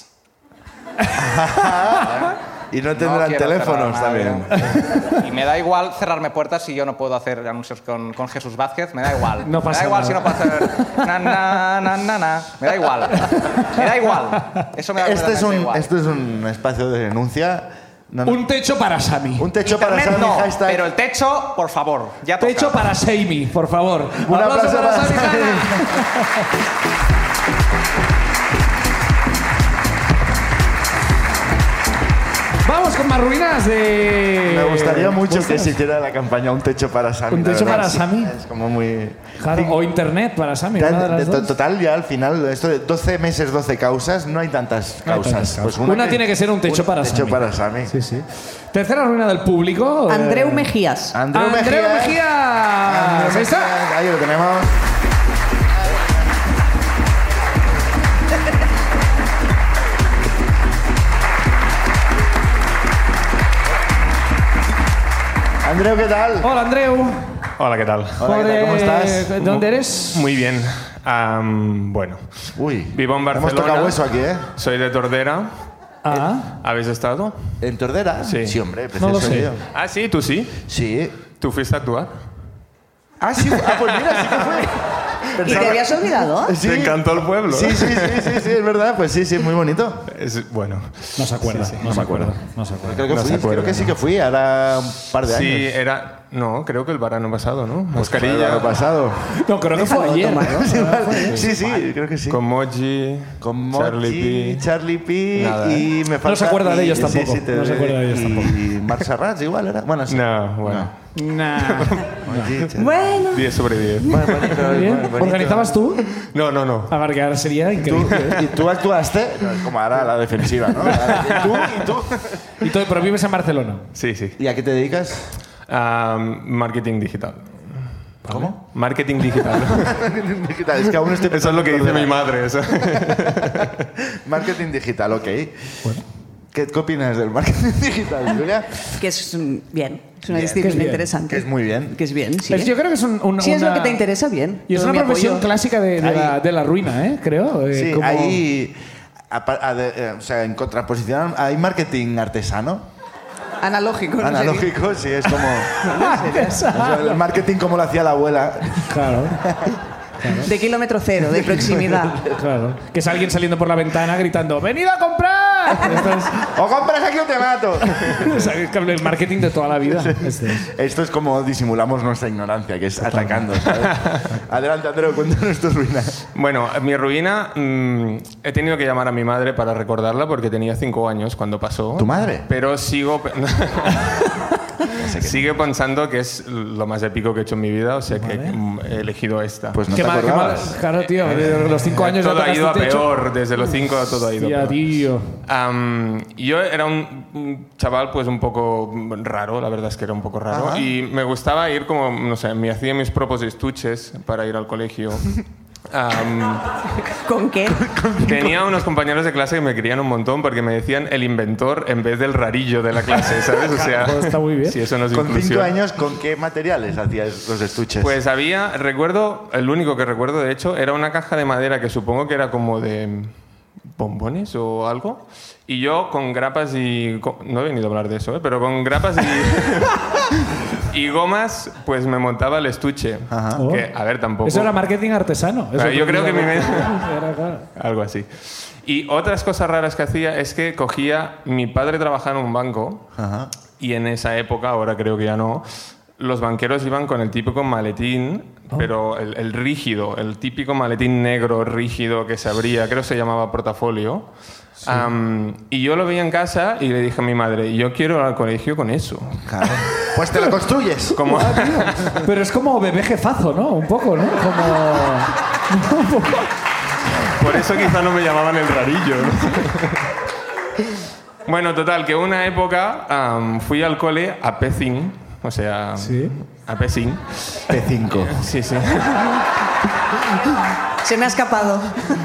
Y no tendrán quiero teléfonos cerrar también. Y me da igual cerrarme puertas si yo no puedo hacer anuncios con Jesús Vázquez. Me da igual. No pasa me da igual nada. si no puedo hacer... Na. Me da igual. Me da igual. Eso me da completamente igual. Esto es un espacio de denuncia. No. Un techo para Sami. Un techo para Internet Sami, no, hashtag. pero el techo, por favor, ya toca. Techo para Seimi, por favor. Un Aplauso aplauso para Sami Sami. Hanna. Vamos con más ruinas de... Me gustaría mucho que vuestras. se hiciera la campaña Un techo para Sami. Un la techo verdad. para Sami. Es como muy... Claro, o internet para Sami, una de las dos. Total, ya al final, esto de 12 meses, 12 causas, no hay tantas No hay causas. tantas causas. Pues Una tiene que ser un techo para Techo Sami. para Sami. Sí, sí. Tercera ruina del público. Andreu Mejías. Andreu Mejías. Mejías. Ahí está. Ahí lo tenemos. Andreu, ¿qué tal? Hola, Andreu. Hola, ¿qué tal? Hola, ¿qué tal? ¿Cómo estás? ¿De dónde eres? Muy bien. Bueno, Uy, vivo en Barcelona. hemos tocado hueso aquí, ¿eh? Soy de Tordera. Ah, ¿Habéis estado? ¿En Tordera? Sí. Sí, hombre, No lo precioso sé. tío. Ah, sí, tú sí. Sí. ¿Tú fuiste a actuar? Ah, sí. Ah, pues mira, sí que fue. ¿Y te habías olvidado? Sí. ¿Te encantó el pueblo? Sí, es verdad. Pues sí, muy bonito. Bueno. no se acuerda. No se acuerda. Creo que No se fui, acuerda, creo que sí ¿no? que fui, ahora un par de Sí, años. era... No, creo que el verano pasado, ¿no? El Mascarilla. año pasado. No, creo que fue Déjalo ayer. tomar, ¿no? Sí, creo que sí. Con Moji. Con Charlie P. Charlie P. Nada, y me falta... No se acuerda de ellos y- tampoco. Sí, No se acuerda de ellos tampoco. Y Marc Serrats igual era. Bueno, sí. No, bueno. Nah. Moji, Charlie- Bueno. 10 sobre 10. Bueno, bonito, Muy bien. bonito. ¿Organizabas tú? No. A ver, que ahora sería ¿Tú? increíble. ¿Y tú actuaste? No, como ahora la defensiva, ¿no? ¿Y tú? Y todo, pero vives en Barcelona. Sí. ¿Y a qué te dedicas? Marketing digital. ¿Cómo? Marketing digital. Digital. Es que aún estoy Eso es lo que dice pensando mi en madre. Eso. Marketing digital, ok. ¿Qué opinas del marketing digital, Julia? Que es bien. Es una Que es disciplina bien. interesante. Que es muy bien. Que es bien, sí. Yo creo que es Si es una... lo que te interesa, bien. Y es Todo una mi profesión apoyo. clásica de la ruina, ¿eh? Creo. Sí, como- hay... o sea, en contraposición, hay marketing artesano. Analógico, ¿no? Analógico, sí, es como... o sea, el marketing como lo hacía la abuela. Claro, De kilómetro cero, de proximidad. claro. Que es alguien saliendo por la ventana gritando ¡venid a comprar! Esto ¡O compras aquí o te mato! es el marketing de toda la vida. Esto es como disimulamos nuestra ignorancia, que es atacando, ¿sabes? Adelante, Andreu, cuéntanos tu ruina. Bueno, mi ruina, he tenido que llamar a mi madre para recordarla porque tenía 5 años cuando pasó. ¿Tu madre? Pero sigo pensando que es lo más épico que he hecho en mi vida, o sea que he elegido esta. Pues no Qué te mal, acordabas. claro, tío. De los 5 años ya todo ha tocaste ido a el techo. peor, desde los 5 todo ha ido a Hostia, peor. tío. Yo era un chaval pues un poco raro, la verdad es que era un poco raro, Ajá. y me gustaba ir como, no sé, me hacía mis propios estuches para ir al colegio. ¿Con qué? Tenía unos compañeros de clase que me querían un montón porque me decían el inventor en vez del rarillo de la clase, ¿sabes? O sea, Pues está muy bien. si eso no es Con 5 inclusión. años, ¿con qué materiales hacías los estuches? Pues el único que recuerdo de hecho, era una caja de madera que supongo que era como de bombones o algo. Y yo con grapas y... No he venido a hablar de eso, pero con grapas y gomas, pues me montaba el estuche. Ajá. Que, a ver, tampoco... Eso era marketing artesano. Eso Yo creo que mi mente... Era, claro. Algo así. Y otras cosas raras que hacía es que cogía... Mi padre trabajaba en un banco Ajá. y en esa época, ahora creo que ya no, los banqueros iban con el típico maletín, pero el rígido, el típico maletín negro rígido que se abría, creo que se llamaba portafolio. Sí. Y yo lo veía en casa y le dije a mi madre, yo quiero ir al colegio con eso. Claro. Pues te lo construyes. Como... Pero es como bebé jefazo, ¿no? Un poco, ¿no? Como... Un poco. Por eso quizá no me llamaban el rarillo, ¿no? Bueno, total, que una época fui al cole a P5, o sea, ¿sí? A P5. P5. Sí, sí. Se me ha escapado.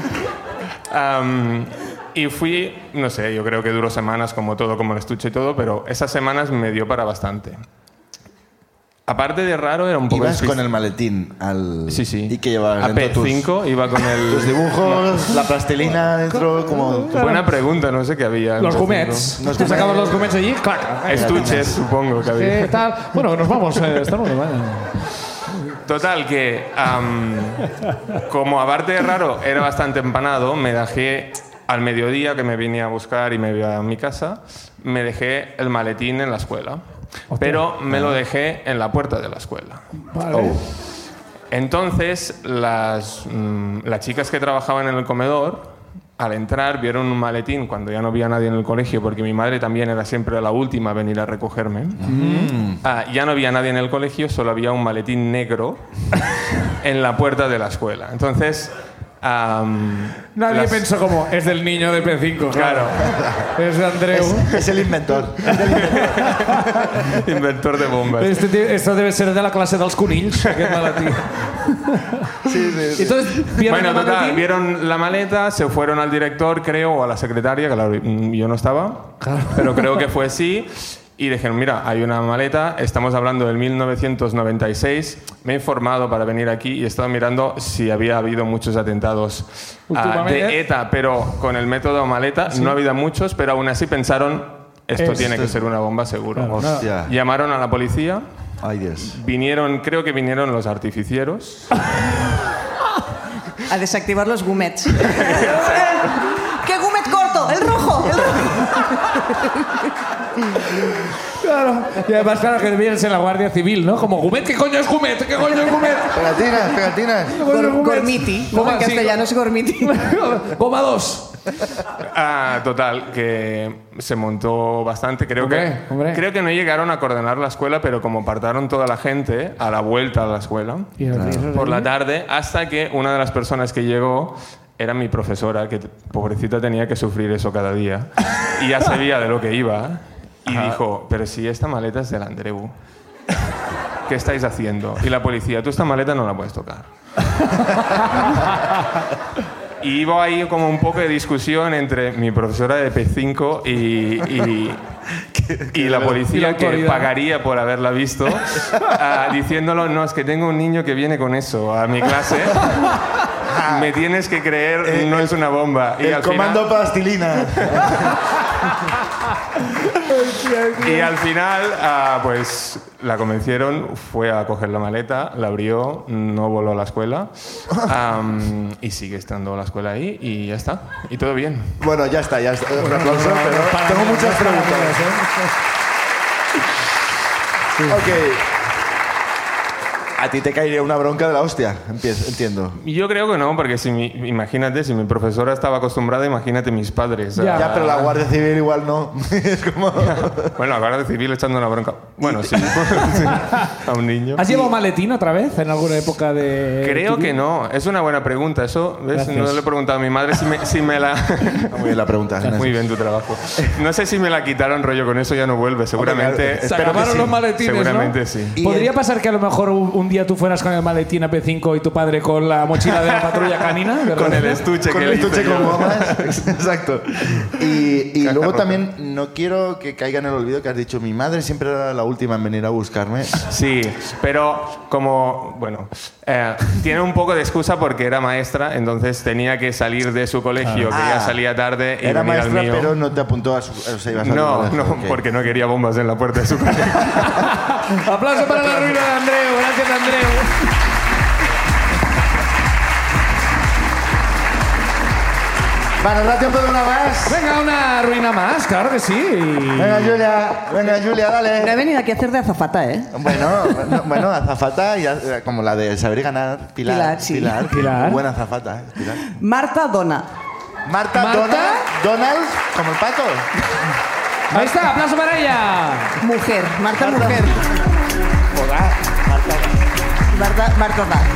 Y fui, no sé, yo creo que duró semanas como todo, como el estuche y todo, pero esas semanas me dio para bastante. Aparte de raro, era un poco... ¿Ibas con el maletín al...? Sí, sí. ¿Y qué llevabas a P5 iba con el... Tus dibujos, la plastilina dentro, como... Buena pregunta, no sé qué había. Los gumets. Te sacabas los gumets allí, clac. Estuches, supongo que había. ¿Qué tal? Bueno, nos vamos. Estamos... Total, que como aparte de raro era bastante empanado, me dejé al mediodía que me vine a buscar y me iba a mi casa, me dejé el maletín en la escuela. Hostia. Pero me lo dejé en la puerta de la escuela. Vale. Entonces, las chicas que trabajaban en el comedor, al entrar, vieron un maletín cuando ya no había nadie en el colegio, porque mi madre también era siempre la última a venir a recogerme. Ya no había nadie en el colegio, solo había un maletín negro en la puerta de la escuela. Entonces... Nadie pensó como, es del niño de P5, claro. Es de Andreu. Es el inventor. Inventor de bombas. Esto debe ser de la clase dels conills, aquest maletí. Sí. Entonces, bueno, total, vieron la maleta, se fueron al director, creo, o a la secretaria, que claro, yo no estaba, pero creo que fue así. Y dijeron, mira, hay una maleta, estamos hablando del 1996, me he informado para venir aquí y he estado mirando si había habido muchos atentados de ETA, pero con el método maleta no ha habido muchos, pero aún así pensaron, esto tiene que ser una bomba seguro. Claro, hostia. Llamaron a la policía, Ay, Dios. creo que vinieron los artificieros. A desactivar los gumets. ¿Qué gumet corto? ¡El rojo! Claro. Y además, claro, que vienes en la Guardia Civil, ¿no? Como, ¿Gumet? ¿Qué coño es Gumet? ¿Qué coño es Gumet? Pegatinas. Gormiti. No, en castellano es gormiti. Goma 2. Total, que se montó bastante. Creo que no llegaron a coordinar la escuela, pero como apartaron toda la gente a la vuelta a la escuela por la tarde, hasta que una de las personas que llegó era mi profesora, que pobrecita tenía que sufrir eso cada día. Y ya sabía de lo que iba. Y dijo, pero si esta maleta es del Andreu, ¿qué estáis haciendo? Y la policía, tú esta maleta no la puedes tocar. Y iba ahí como un poco de discusión entre mi profesora de P5 y la policía, que pagaría por haberla visto, diciéndolo, no, es que tengo un niño que viene con eso a mi clase. Me tienes que creer, no es una bomba. Y el comando plastilina. Y al final, pues la convencieron, fue a coger la maleta, la abrió, no voló a la escuela y sigue estando la escuela ahí y ya está. Y todo bien. Bueno, ya está. Un aplauso, pero tengo muchas preguntas. Ok. A ti te caería una bronca de la hostia, entiendo. Yo creo que no, porque imagínate, si mi profesora estaba acostumbrada, imagínate mis padres. Ya, pero la Guardia Civil igual no. Es como... Bueno, la Guardia Civil echando una bronca. Bueno, sí. A un niño. ¿Has llevado maletín otra vez en alguna época de...? Creo que no. Es una buena pregunta. Eso, ¿ves? No le he preguntado a mi madre si me la... Muy bien la pregunta. Muy bien tu trabajo. No sé si me la quitaron, rollo, con eso ya no vuelve. Seguramente... Se acabaron los maletines, seguramente, ¿no? Sí. ¿Podría pasar que a lo mejor un día tú fueras con el maletín a P5 y tu padre con la mochila de la patrulla canina? Con el estuche con que el le estuche hice con yo. gomas. Exacto. Y luego también no quiero que caiga en el olvido que has dicho, mi madre siempre era la última en venir a buscarme. Sí, pero como, bueno, tiene un poco de excusa porque era maestra, entonces tenía que salir de su colegio, que ya salía tarde y era venir maestra, al mío. pero no te apuntó a su... O sea, ibas a No, colegio. Okay. porque no quería bombas en la puerta de su colegio. Aplauso para la ruina de Andreu. Gracias, Andreu. Vale, ¿nos da tiempo de una más? Venga, una ruina más, claro que sí. Venga, Julia, dale. No he venido aquí a hacer de azafata, ¿eh? Bueno, azafata, como la de saber ganar. Pilar. Pilar. Buena azafata, Pilar. Marta Dona. Marta. Donald, como el pato. Ahí está, aplauso para ella. Mujer. Marta mujer. Joder, Marta Dona.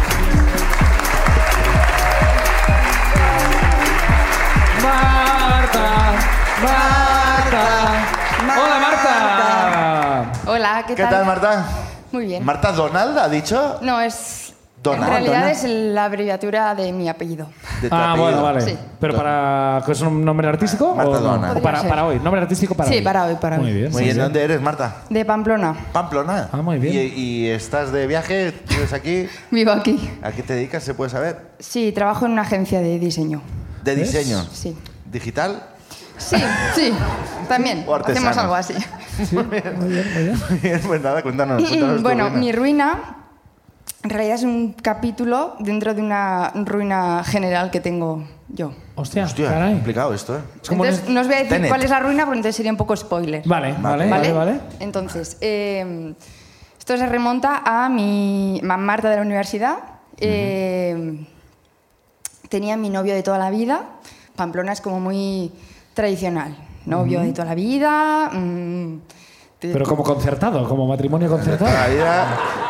Marta. Hola, Marta. Hola, ¿qué ¿Qué tal? tal, Marta? Muy bien. ¿Marta Donald ha dicho? No, es... Donald. En realidad Donald. es la abreviatura de mi apellido. De tu Ah, apellido. bueno, vale. Sí. ¿Pero para que es un nombre artístico? Marta o no? Donald. ¿O para, Podría ser. para hoy? ¿Nombre artístico para Sí, hoy? para hoy, para Muy hoy. bien. Muy sí, bien, sí. ¿de dónde eres, Marta? De Pamplona. Pamplona. Ah, muy bien. ¿Y estás de viaje? ¿Vives aquí? Vivo aquí. ¿A qué te dedicas? ¿Se puede saber? Sí, trabajo en una agencia de diseño. ¿De diseño? Sí. ¿Digital? Sí, también. O artesano. Hacemos algo así. Muy bien, pues nada, cuéntanos tu Bueno, ruina. mi ruina en realidad es un capítulo dentro de una ruina general que tengo yo. Hostia, Hostia, caray. complicado esto, ¿eh? como Entonces, no os voy a decir Tenet. cuál es la ruina porque entonces sería un poco spoiler. Vale. Entonces, esto se remonta a mi Marta de la universidad. Tenía mi novio de toda la vida. Pamplona es como muy tradicional. Novio de toda la vida. Pero como concertado, como matrimonio concertado. La vida...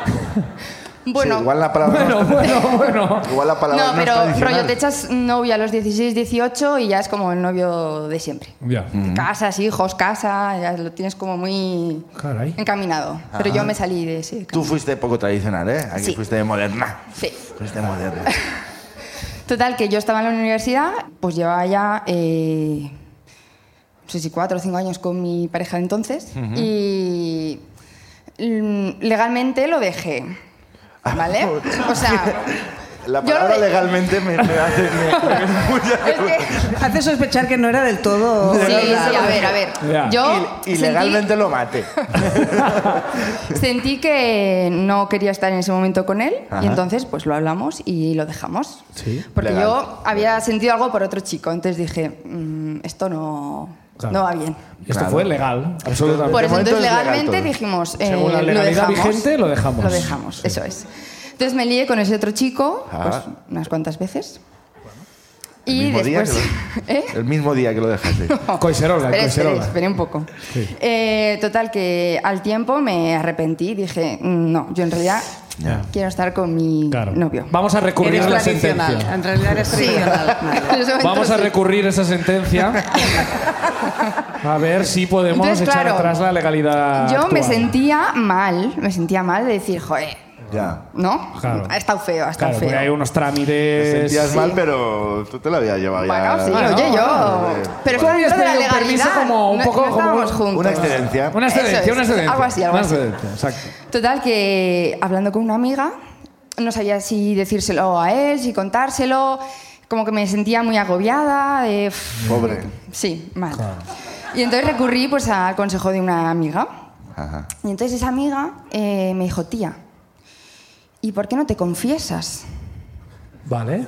Bueno, Sí, igual la palabra Bueno. Igual la palabra no, no pero es tradicional. rollo, te echas novio a los 16, 18 y ya es como el novio de siempre. Ya. Casas, hijos, casa, ya lo tienes como muy Caray. encaminado. Pero yo me salí de ese Tú camino. fuiste poco tradicional, ¿eh? Aquí Sí. fuiste moderna. Sí. Fuiste moderna. Total, que yo estaba en la universidad, pues llevaba ya, no sé si 4 o 5 años con mi pareja de entonces y legalmente lo dejé, ¿vale? O sea, La yo palabra lo de- legalmente me hace... es que... Hace sospechar que no era del todo... Sí, a ver. Ya. Yo Y legalmente lo mate. sentí que no quería estar en ese momento con él Ajá. y entonces pues lo hablamos y lo dejamos. Sí. Porque Legal. yo había sentido algo por otro chico, entonces dije, esto no va bien. Esto Claro. fue legal, absolutamente. Por eso momento entonces es legal legalmente todo. dijimos, Según la lo legalidad dejamos. vigente, lo dejamos. Lo dejamos, Sí. eso es. Entonces me lié con ese otro chico Ah. pues, unas cuantas veces. El Y mismo día después... que ¿Eh? El mismo día que lo dejaste. Coiserola, coiserola. Esperé un poco. Sí. Total, que al tiempo me arrepentí. Dije, no, yo en realidad Ya. quiero estar con mi Claro. novio. Vamos a recurrir Eres a la tradicional. sentencia. En realidad eres tradicional. En ese momento Vamos a sí. recurrir esa sentencia. A ver si podemos Entonces, echar claro, atrás la legalidad. Yo me actual. sentía mal de decir, joder, Ya. ¿no? Claro. Ha estado feo, ha estado Claro, porque hay feo. unos Te trámites. sentías Sí. mal, pero tú te lo habías llevado Bueno, ya. sí, Bueno, oye, yo... Pero Tú es habías de la pedido un permiso legalidad. como un No- poco no como estábamos juntos. Una excedencia. Una excedencia, Eso es, una excedencia. algo así, algo Una así. excedencia, exacto. Total, que hablando con una amiga, no sabía si decírselo a él, si contárselo, como que me sentía muy agobiada. Pobre. Sí, mal. Y entonces recurrí pues, al consejo de una amiga. Ajá. Y entonces esa amiga me dijo, tía, ¿y por qué no te confiesas? Vale.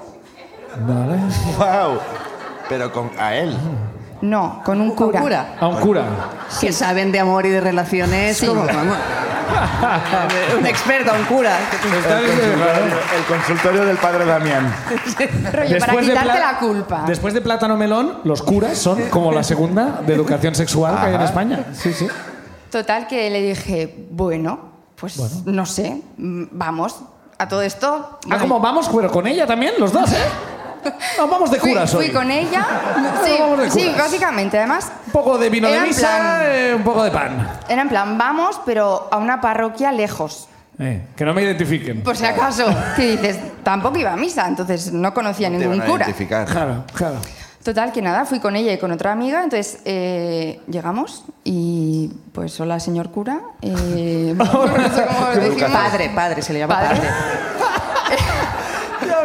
¡Wow! Pero a él. No, con un ¿Con cura. cura? A un cura. Que saben de amor y de relaciones Sí. como... vamos. Un experto, un cura. El consultorio del padre Damián. Rollo, para quitarte la culpa. Después de Plátano Melón, los curas son como la segunda de educación sexual que hay en Ajá. España. Sí, sí. Total, que le dije, bueno, pues no sé, vamos, a todo esto... Ah, como vamos, pero con ella también, los dos, ¿eh? No, vamos de curas fui hoy. con ella. Vamos de Sí, curas. básicamente. Además, Un poco de vino de Era en misa, plan- un poco de pan. era en plan, vamos, pero a una parroquia lejos. Que no me identifiquen. Por si acaso. Que dices, tampoco iba a misa, entonces no conocía Te ningún van a cura. identificar. Claro, claro. Total, que nada, fui con ella y con otra amiga, entonces llegamos y pues hola señor cura. No sé cómo decimos. Padre se le llama Padre. padre.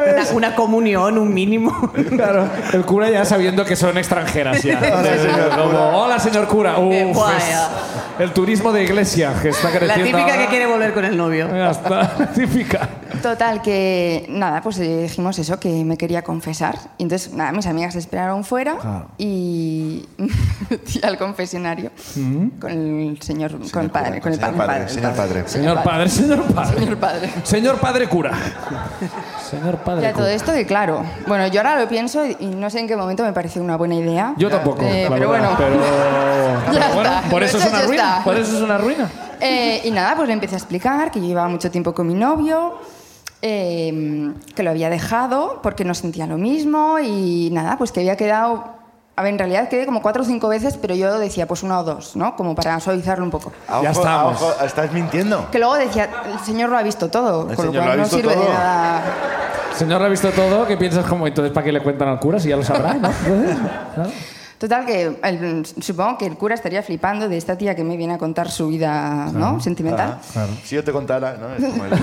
Una comunión, un mínimo. Claro, el cura ya sabiendo que son extranjeras ya. Como, hola, señor cura. Uf, Vaya. el turismo de iglesia que está La creciendo. típica ahora. que quiere volver con el novio. Ya está, la típica. Total, que nada, pues dijimos eso, que me quería confesar. Y entonces, nada, mis amigas se esperaron fuera y me metí al confesionario con el señor, con el padre, con el padre. Señor padre. Señor padre. Señor padre. Señor padre cura. Señor padre Ya todo cura. esto que claro, bueno, yo ahora lo pienso y no sé en qué momento me pareció una buena idea. Yo tampoco. la pero verdad, bueno. pero Ya bueno, está, por lo eso es hecho una ya ruina. está. Por eso es una ruina. Y nada, pues le empecé a explicar que yo llevaba mucho tiempo con mi novio, que lo había dejado porque no sentía lo mismo y nada, pues que había quedado... A ver, en realidad quedé como 4 o 5 veces, pero yo decía pues 1 o 2, ¿no? Como para suavizarlo un poco. Ya estamos. Ojo, estás mintiendo. Que luego decía, el señor lo ha visto todo, El con lo señor lo ha cual no visto sirve de todo. nada. El señor lo ha visto todo, que piensas como, entonces ¿para qué le cuentan al cura si ya lo sabrá, no? Entonces, claro. Total, que supongo que el cura estaría flipando de esta tía que me viene a contar su vida, ¿no? Sentimental. Si yo te contara, ¿no? Es como el...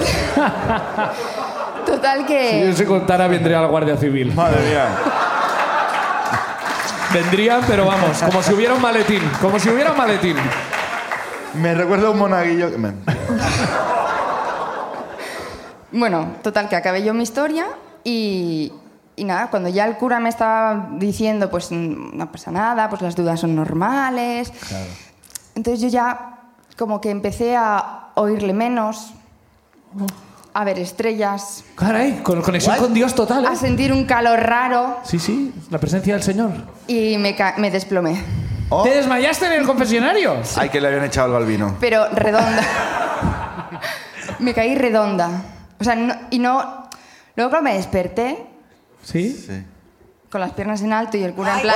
Total que... Si yo se contara, vendría la Guardia Civil. Madre mía. Vendrían, pero vamos, como si hubiera un maletín. Como si hubiera un maletín. Me recuerda a un monaguillo que me... Bueno, total, que acabé yo mi historia y nada, cuando ya el cura me estaba diciendo, pues no pasa nada, pues las dudas son normales. Claro. Entonces yo ya como que empecé a oírle menos, a ver estrellas, Caray, con conexión con Dios total, ¿eh? a sentir un calor raro Sí, sí, la presencia del Señor. y me desplomé. Oh. ¿Te desmayaste en el confesionario? Ay, que le habían echado algo al vino. Pero redonda. Me caí redonda. O sea, no... Luego claro, me desperté ¿Sí? Sí. con las piernas en alto y el cura en plan...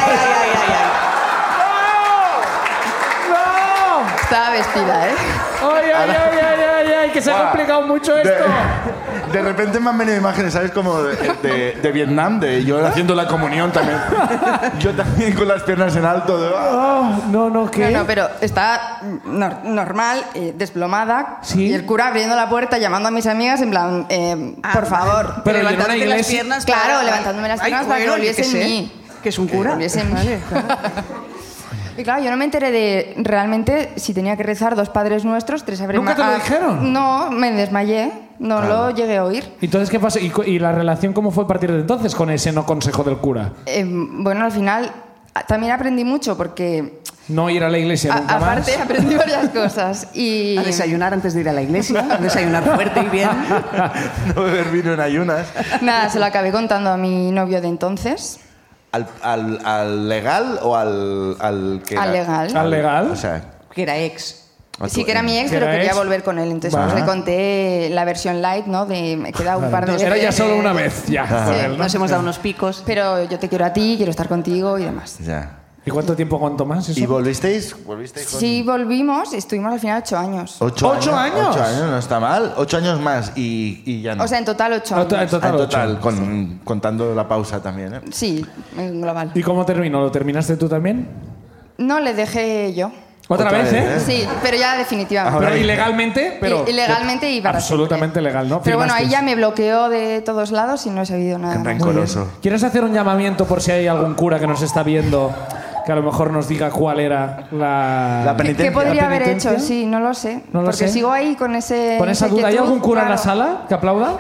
Estaba vestida, ¿eh? ¡Ay, ay, ay, ay, ay, ay! Que se ha Buah. complicado mucho esto. De repente me han venido imágenes, ¿sabes? Como de Vietnam, de yo haciendo la comunión también. Yo también con las piernas en alto. De, Oh, no, ¿qué? No, pero estaba normal, desplomada. Sí. Y el cura abriendo la puerta, llamando a mis amigas, en plan, por favor. Pero en una levantándote las iglesia- piernas Claro, para- levantándome las piernas para que bueno, volviese yo qué en sé. mí. Que es un cura. Volviese en mí. Y claro, yo no me enteré de realmente si tenía que rezar 2 Padres Nuestros, 3 Ave ¿Nunca te lo María. dijeron? No, me desmayé. No lo llegué a oír. Entonces, ¿qué pasó? ¿Y la relación cómo fue a partir de entonces con ese no consejo del cura? Bueno, al final también aprendí mucho porque No ir a la iglesia nunca aparte más. aprendí varias cosas. Y A desayunar antes de ir a la iglesia, a desayunar fuerte y bien. no beber vino en ayunas. nada, se lo acabé contando a mi novio de entonces. ¿Al legal o al que Al era? legal. ¿Al legal? O sea, Que era ex. a tu- Sí, que era mi ex, ¿Que pero era quería ex? volver con él. Entonces pues, le conté la versión light, ¿no? De me queda un par de veces. Era ya solo una vez, ya. con él, ¿no? Nos hemos dado unos picos. Pero yo te quiero a ti, quiero estar contigo y demás. Ya. ¿Y cuánto tiempo aguantó más eso? ¿Y volvisteis? Con... Sí, volvimos, estuvimos al final 8 años. 8 ¿8 años? 8 años, no está mal. 8 años más y ya no. O sea, en total 8 En años. total, En total, ocho. contando la pausa también, ¿eh? Sí, en global. ¿Y cómo terminó? ¿Lo terminaste tú también? No, le dejé yo. ¿Otra vez, eh? Sí, pero ya definitivamente. Pero ilegalmente, pero... Ilegalmente y para absolutamente siempre. legal, ¿no? Pero bueno, ahí Firmasteis. ya me bloqueó de todos lados y no he sabido nada Qué más. rencoroso. ¿Quieres hacer un llamamiento por si hay algún cura que nos está viendo que a lo mejor nos diga cuál era la... La ¿Qué penitencia. podría ¿La haber penitencia? hecho? Sí, no lo sé. No lo Porque sé. sigo ahí con ese... Con esa esa duda. ¿Hay inquietud, algún cura en la claro. sala que aplauda?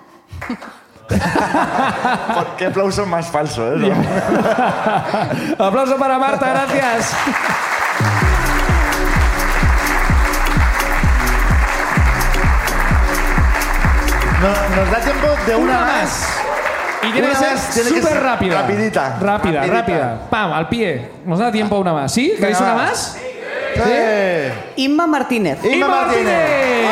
Qué aplauso más falso, ¿eh? Aplauso para Marta, gracias. Nos da tiempo de una más. Y tiene que Una ser más, tiene que súper ser rápida. rapidita. Rápida, Rapidita. rápida. Pam, al pie. Nos da tiempo a una más. ¿Sí? ¿Queréis Venga, una va. más? Inma Martínez. Inma Martínez.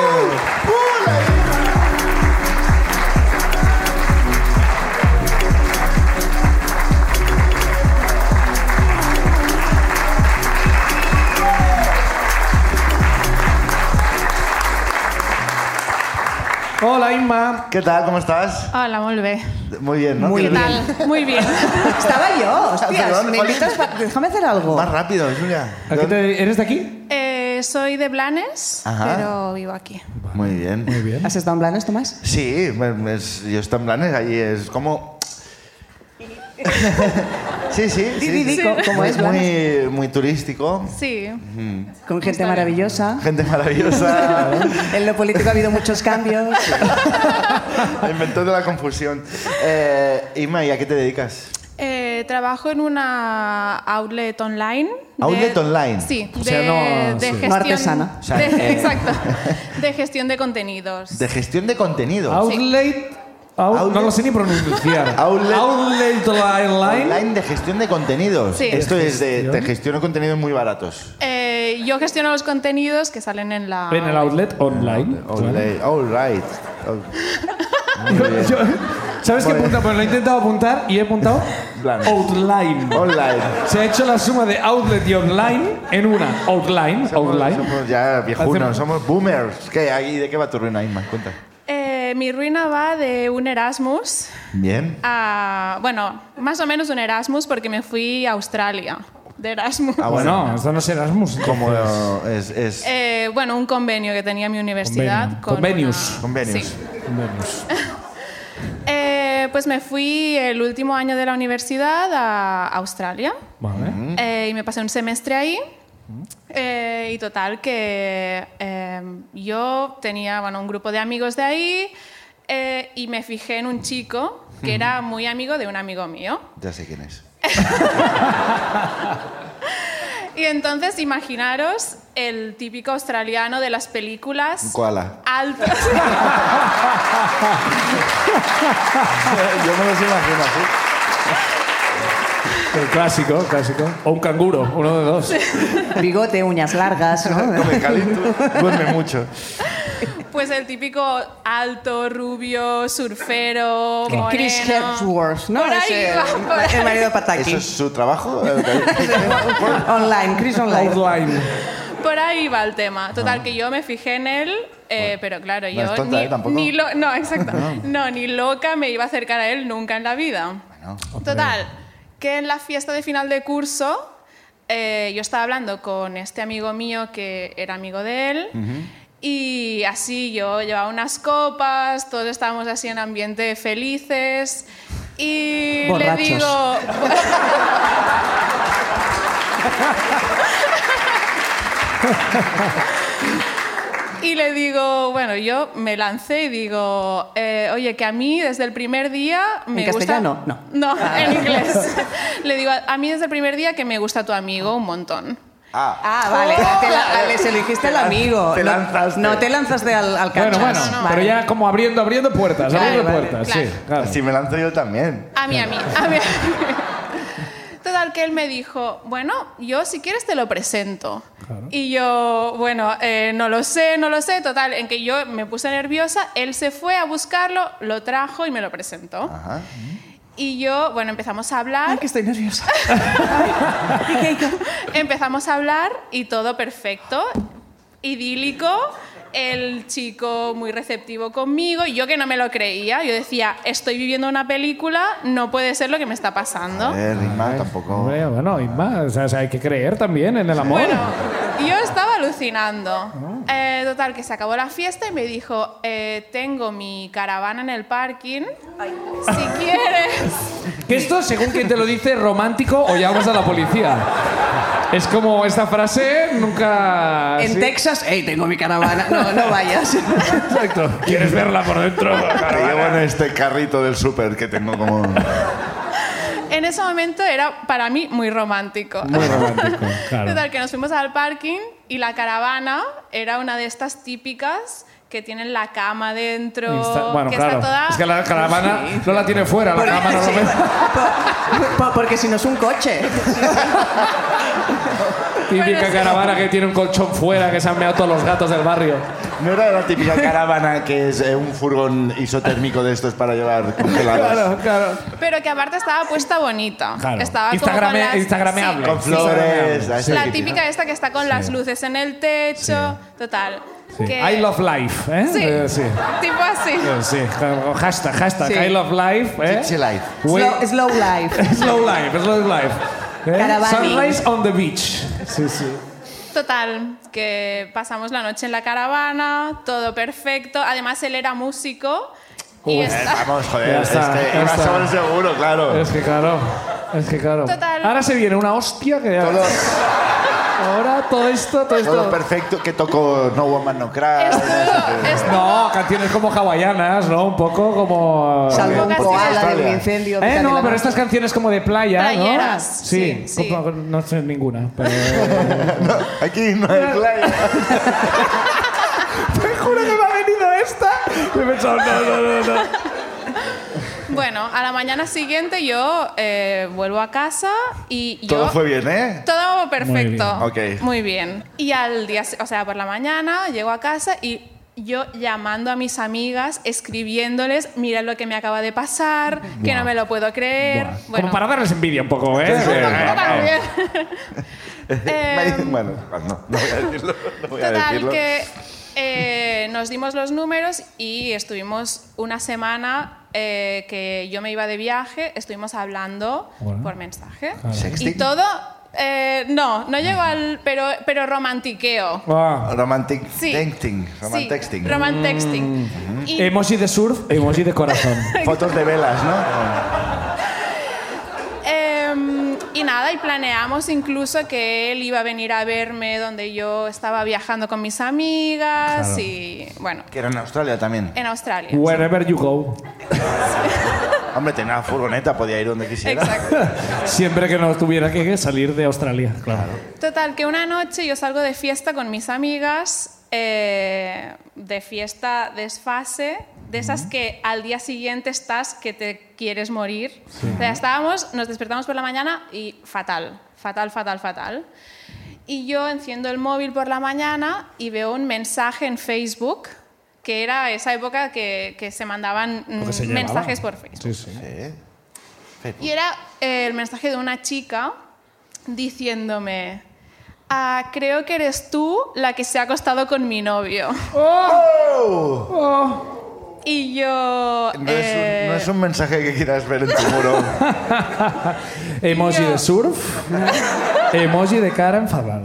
Hola, Inma. ¿Qué tal? ¿Cómo estás? Hola, molt bé. Muy bien, ¿no? Muy ¿Qué ¿Qué bien. tal? Muy bien. Estaba yo, hostias. Perdón, ¿Me Oli. invitas Déjame hacer algo. Más rápido, Julia. ¿A qué ¿Eres de aquí? Soy de Blanes, Ajá. pero vivo aquí. Muy bien. Muy bien. ¿Has estado en Blanes, Tomás? Sí, yo estoy en Blanes, ahí es como... sí. ¿Cómo es Blanes? Muy turístico. Sí. Con gente maravillosa. Gente maravillosa. En lo político ha habido muchos cambios. Inventó de la confusión. Inma, ¿y a qué te dedicas? Trabajo en una outlet online. ¿Outlet online? Sí, O sea, no- de sí. gestión. No artesana. O sea, Exacto. De gestión de contenidos. De gestión de contenido. Outlet. No lo sé ni pronunciar. Outlet online. Online de gestión de contenidos. Sí. Esto es de gestiono contenidos muy baratos. Yo gestiono los contenidos que salen en la... En el outlet online. Outlet, all right. ¿Sabes qué he apuntado? Pues lo he intentado apuntar y he apuntado Blanes. outline. Online. Se ha hecho la suma de outlet y online en una. Outline. Somos ya viejunos, Hacemos- somos boomers. ¿De qué va tu ruina, Inma? Cuenta. Mi ruina va de un Erasmus Bien. a... Bueno, más o menos un Erasmus porque me fui a Australia de Erasmus. Ah, Bueno, esto no es Erasmus. Como es Bueno, un convenio que tenía mi universidad con Convenios. una- convenios. Sí. Pues me fui el último año de la universidad a Australia Vale. y me pasé un semestre ahí. Y total que yo tenía un grupo de amigos de ahí y me fijé en un chico que era muy amigo de un amigo mío. Ya sé quién es. Y entonces imaginaros el típico australiano de las películas. Un koala. Alto. Yo me los imagino así. El clásico. O un canguro, uno de dos. Bigote, uñas largas, ¿no? Come caliente, duerme mucho. Pues el típico alto, rubio, surfero, moreno. Chris Hemsworth, ¿no? Por ahí Ese, va, por ahí. el marido de Pataki. ¿Eso es su trabajo? Online, Chris Online. Outline. Por ahí va el tema. Total, que yo me fijé en él, pero claro, no yo es tonta, tampoco. no, exacto. No, ni loca me iba a acercar a él nunca en la vida. Bueno, Total, que en la fiesta de final de curso yo estaba hablando con este amigo mío que era amigo de él. Y así yo llevaba unas copas, todos estábamos así en ambiente felices. Y Borrachos. le digo... Y le digo, bueno, yo me lancé y digo, oye, que a mí desde el primer día me ¿En gusta... castellano? No. No, en inglés. Le digo, a mí desde el primer día que me gusta tu amigo un montón. Ah, vale. Se lo dijiste al amigo. Te lanzaste. No te lanzaste al cachas. Bueno, no. pero ya como abriendo puertas, Claro, abriendo vale, puertas, claro. sí, claro. Si me lanzo yo también. A mí. Total, que él me dijo, bueno, yo si quieres te lo presento. Claro. Y yo, bueno, no lo sé. Total, en que yo me puse nerviosa, él se fue a buscarlo, lo trajo y me lo presentó. Ajá. Y yo, bueno, empezamos a hablar. Ay, que estoy nerviosa. Empezamos a hablar y todo perfecto, idílico. El chico muy receptivo conmigo, y yo que no me lo creía. Yo decía, estoy viviendo una película, no puede ser lo que me está pasando. A ver, Inma, tampoco. Hombre, bueno, y más, o sea, hay que creer también en el amor. Bueno, yo estaba alucinando. Total, que se acabó la fiesta y me dijo, tengo mi caravana en el parking, si quieres... Que esto, según quien te lo dice, romántico o llamas a la policía. Es como esta frase nunca... En ¿sí? Texas, hey, tengo mi caravana. No vayas. Exacto. ¿Quieres verla por dentro? Te llevo en este carrito del súper que tengo como... En ese momento era para mí muy romántico. Muy romántico, claro. Total, que nos fuimos al parking y la caravana era una de estas típicas que tienen la cama dentro, Bueno, que claro. está toda... Es que la caravana no la tiene fuera, la cama normalmente. Porque si no es un coche. Típica caravana que tiene un colchón fuera, que se han meado todos los gatos del barrio. No era la típica caravana que es un furgón isotérmico de estos para llevar congelados. Claro. Pero que aparte estaba puesta bonita. Claro. Estaba como con las- Instagrameable. Con flores. Sí. a ese La tipo, típica ¿no? esta que está con las luces en el techo. Total. Sí. Que... I love life, ¿eh? Sí, Sí. tipo así. Sí. Hashtag Sí. I love life, ¿eh? Chichi life. Slow life. Slow life. Caravani. Sunrise on the beach. Sí. Total, que pasamos la noche en la caravana, todo perfecto. Además, él era músico. Y Vamos, joder, Ya está, es que ya iba está. sobre el seguro, claro. Es que claro. Total. Ahora se viene una hostia que ya... Ahora todo esto... Todo perfecto, que tocó No Woman No Cry. No, canciones como hawaianas, ¿no? Un poco como... Salvo un Casi koala de Australia. un incendio. de No, Canela. pero estas canciones como de playa, Playeras, ¿no? sí, sí. No sé ninguna, pero... No, aquí no hay playa. Te juro que me ha venido esta. Y he pensado, no. Bueno, a la mañana siguiente yo vuelvo a casa y Todo yo... fue bien, ¿eh? Todo perfecto. Muy bien. Ok. Muy bien. Y al día, o sea, por la mañana llego a casa y yo llamando a mis amigas, escribiéndoles, mira lo que me acaba de pasar, que no me lo puedo creer. Buah. Bueno, Como para darles envidia un poco, ¿eh? también. Bueno, no voy a decirlo. No voy a Total, decirlo. que nos dimos los números y estuvimos una semana que yo me iba de viaje, estuvimos hablando Bueno. por mensaje. ¿Sexting? Y todo... no llegó al... Pero romantiqueo. Ah. Romantic Sí. texting. Sí, Romantexting. romantexting. Y Emoji de surf, emoji de corazón. Fotos de velas, ¿no? y nada, y planeamos incluso que él iba a venir a verme donde yo estaba viajando con mis amigas Claro. y bueno, Que era en Australia también. en Australia. Wherever you go. Hombre, tenía una furgoneta, podía ir donde quisiera. Exacto. Siempre que no tuviera que salir de Australia, claro. Total, que una noche yo salgo de fiesta con mis amigas, de fiesta desfase, de esas que al día siguiente estás que te quieres morir. O sea, nos despertamos por la mañana y fatal. Y yo enciendo el móvil por la mañana y veo un mensaje en Facebook, que era esa época que se mandaban Porque se llevaba. mensajes por Facebook. Sí, sí. Y era el mensaje de una chica diciéndome: creo que eres tú la que se ha acostado con mi novio. Y yo... No es un mensaje que quieras ver en tu muro. Emoji de surf, emoji de cara enfadada.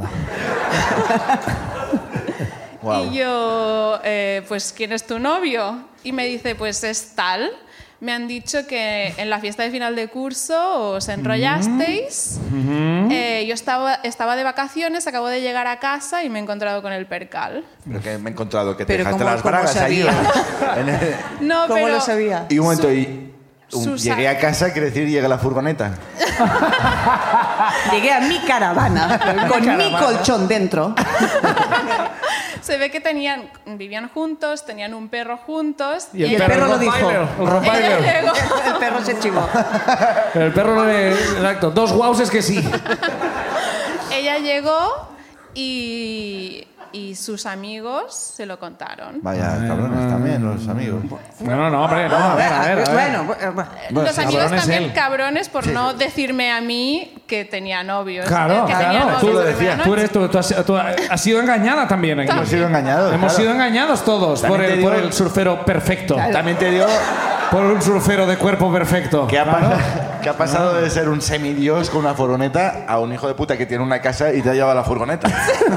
Wow. Y yo, pues, ¿quién es tu novio? Y me dice, pues es tal. Me han dicho que en la fiesta de final de curso os enrollasteis. Yo estaba de vacaciones, acabo de llegar a casa y me he encontrado con el percal. Pero que me he encontrado que te Pero dejaste ¿cómo- las cómo bragas ahí. sabía? No, ¿Cómo pero... lo sabía? Y un momento, Susa- llegué a casa, quiere decir, llegué a la furgoneta. Llegué a mi caravana con mi colchón dentro. Se ve que vivían juntos, tenían un perro juntos. Y el perro lo dijo. El Rottweiler. Ella llegó. El perro se chivó. El perro de... Exacto. 2 guaus es que sí. Ella llegó y sus amigos se lo contaron. Vaya, cabrones también, los amigos. No, hombre, no. A ver. Bueno, Los amigos cabrón es también él. cabrones por no decirme a mí que tenía novios. Claro, que tenía claro. novios Tú lo de decías. primera noche. Tú has sido engañada también. aquí. Hemos sido engañados. Hemos claro. sido engañados todos por También te por digo- el surfero perfecto. También te digo Por un surfero de cuerpo perfecto. que ha pasado de ser un semidios con una furgoneta a un hijo de puta que tiene una casa y te ha llevado a la furgoneta.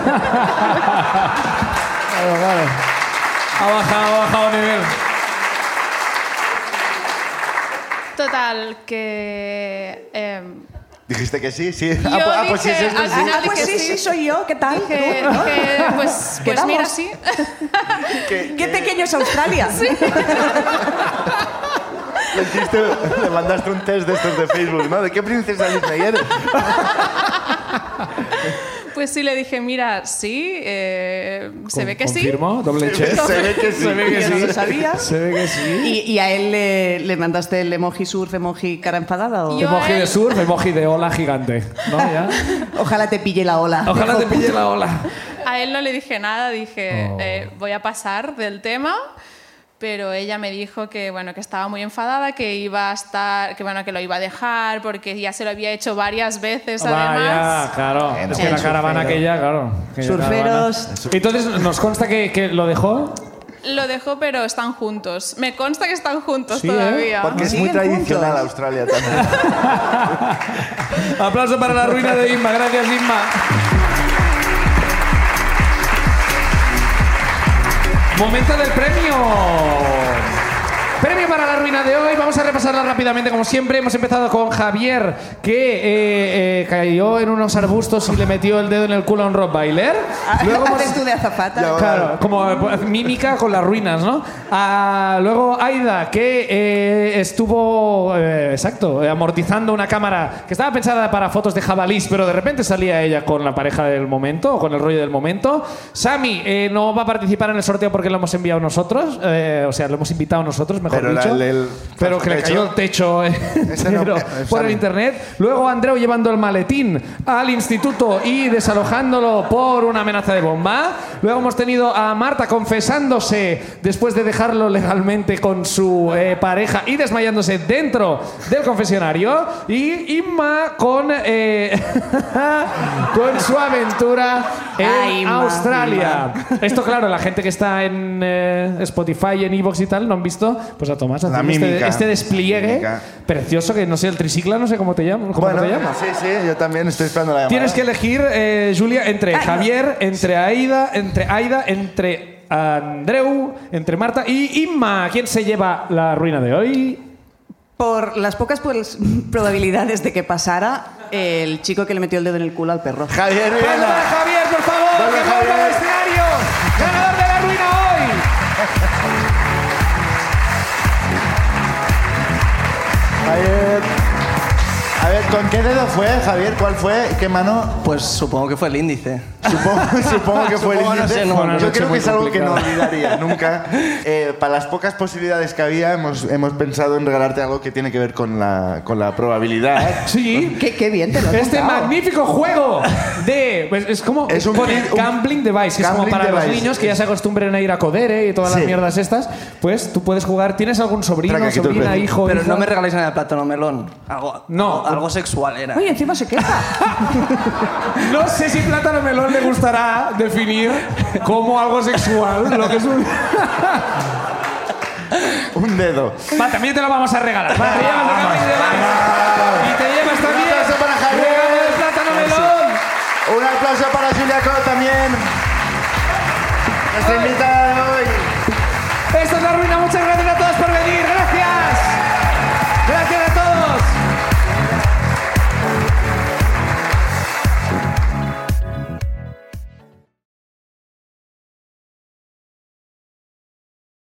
Claro. Ha bajado nivel. Total, que... Dijiste que sí, sí. Yo Pues sí, dije, es esto, al sí. final pues dije sí, soy yo. ¿Qué tal? Dije, ¿Tú? ¿No? pues Quedamos. mira, sí. Qué pequeño es Australia. Le mandaste un test de estos de Facebook, ¿no? ¿De qué princesa Disney eres? Pues sí, le dije, mira, sí, se ve que sí. ¿Confirmo? ¿Doble check? Se ve que sí. Se ve que Yo no sí. lo sabía. Se ve que sí. ¿Y a él le mandaste el emoji surf, emoji cara enfadada? O... Yo- Emoji a de él- surf, emoji de ola gigante. ¿No? ¿Ya? Ojalá te pille la ola. Ojalá te pille la ola. A él no le dije nada, dije, voy a pasar del tema, pero ella me dijo que, bueno, que estaba muy enfadada, que iba a estar, que bueno, que lo iba a dejar porque ya se lo había hecho varias veces además. Vaya, claro. Es que la caravana aquella, claro. aquella Surferos. caravana. Entonces, ¿nos consta que lo dejó? Lo dejó, pero están juntos. Me consta que están juntos Sí, todavía. Porque es muy Siguen tradicional juntos. Australia también. Aplauso para la ruina de Inma. Gracias, Inma. Momento del premio. Premio para la ruina de hoy. Vamos a repasarla rápidamente, como siempre. Hemos empezado con Javier, que cayó en unos arbustos y le metió el dedo en el culo a un rottweiler. Luego haces tú de azafata. Claro, como mímica con las ruinas, ¿no? Luego Aida, que estuvo, amortizando una cámara que estaba pensada para fotos de jabalís, pero de repente salía ella con la pareja del momento, o con el rollo del momento. Sami no va a participar en el sorteo porque lo hemos enviado nosotros, lo hemos invitado nosotros, mejor dicho. Pero que le cayó el techo por el internet. Luego Andreu llevando el maletín al instituto y desalojándolo por una amenaza de bomba. Luego hemos tenido a Marta confesándose después de dejarlo legalmente con su pareja y desmayándose dentro del confesionario. Y Inma con su aventura en Australia. Esto, claro, la gente que está en Spotify y en iVoox y tal no han visto, pues a Tomás haciendo este despliegue precioso, que no sé, el tricicla, no sé cómo te llamas. Sí, yo también estoy esperando la llamada. Tienes que elegir, Julia, entre Javier, entre Aida, entre Andreu, entre Marta y Inma. ¿Quién se lleva la ruina de hoy? Por las pocas probabilidades de que pasara, el chico que le metió el dedo en el culo al perro. Javier, ¡Vamos para Javier, por favor! ¡Que vuelva al escenario! ¡Ganador de la ruina hoy! Javier. A ver, ¿con qué dedo fue, Javier? ¿Cuál fue? ¿Qué mano? Pues supongo que fue el índice. Supongo que fue el índice. Yo creo que es algo que no complicado. olvidaría nunca. Para las pocas posibilidades que había, hemos pensado en regalarte algo que tiene que ver con la probabilidad. Sí. Qué bien te lo has Este contado. magnífico juego de... Pues es como Es un con el kit- un gambling device, que es como gambling para los device. niños que ya se acostumbren a ir a Codere y todas las Sí. mierdas estas. Pues tú puedes jugar. ¿Tienes algún sobrino, Espera, que quito el sobrina, precio. hijo, Pero hija? no me regaléis nada de plátano melón. Algo sexual era. Oye, encima se queja. No sé si Plátano Melón le gustará definir como algo sexual lo que es un... Un dedo. Va, también te lo vamos a regalar. Va, te llevas el gambling device. Y te llevas también... Un aplauso para Javier. regalo de Plátano Melón. Un aplauso para Julia Co también. Nuestra invitada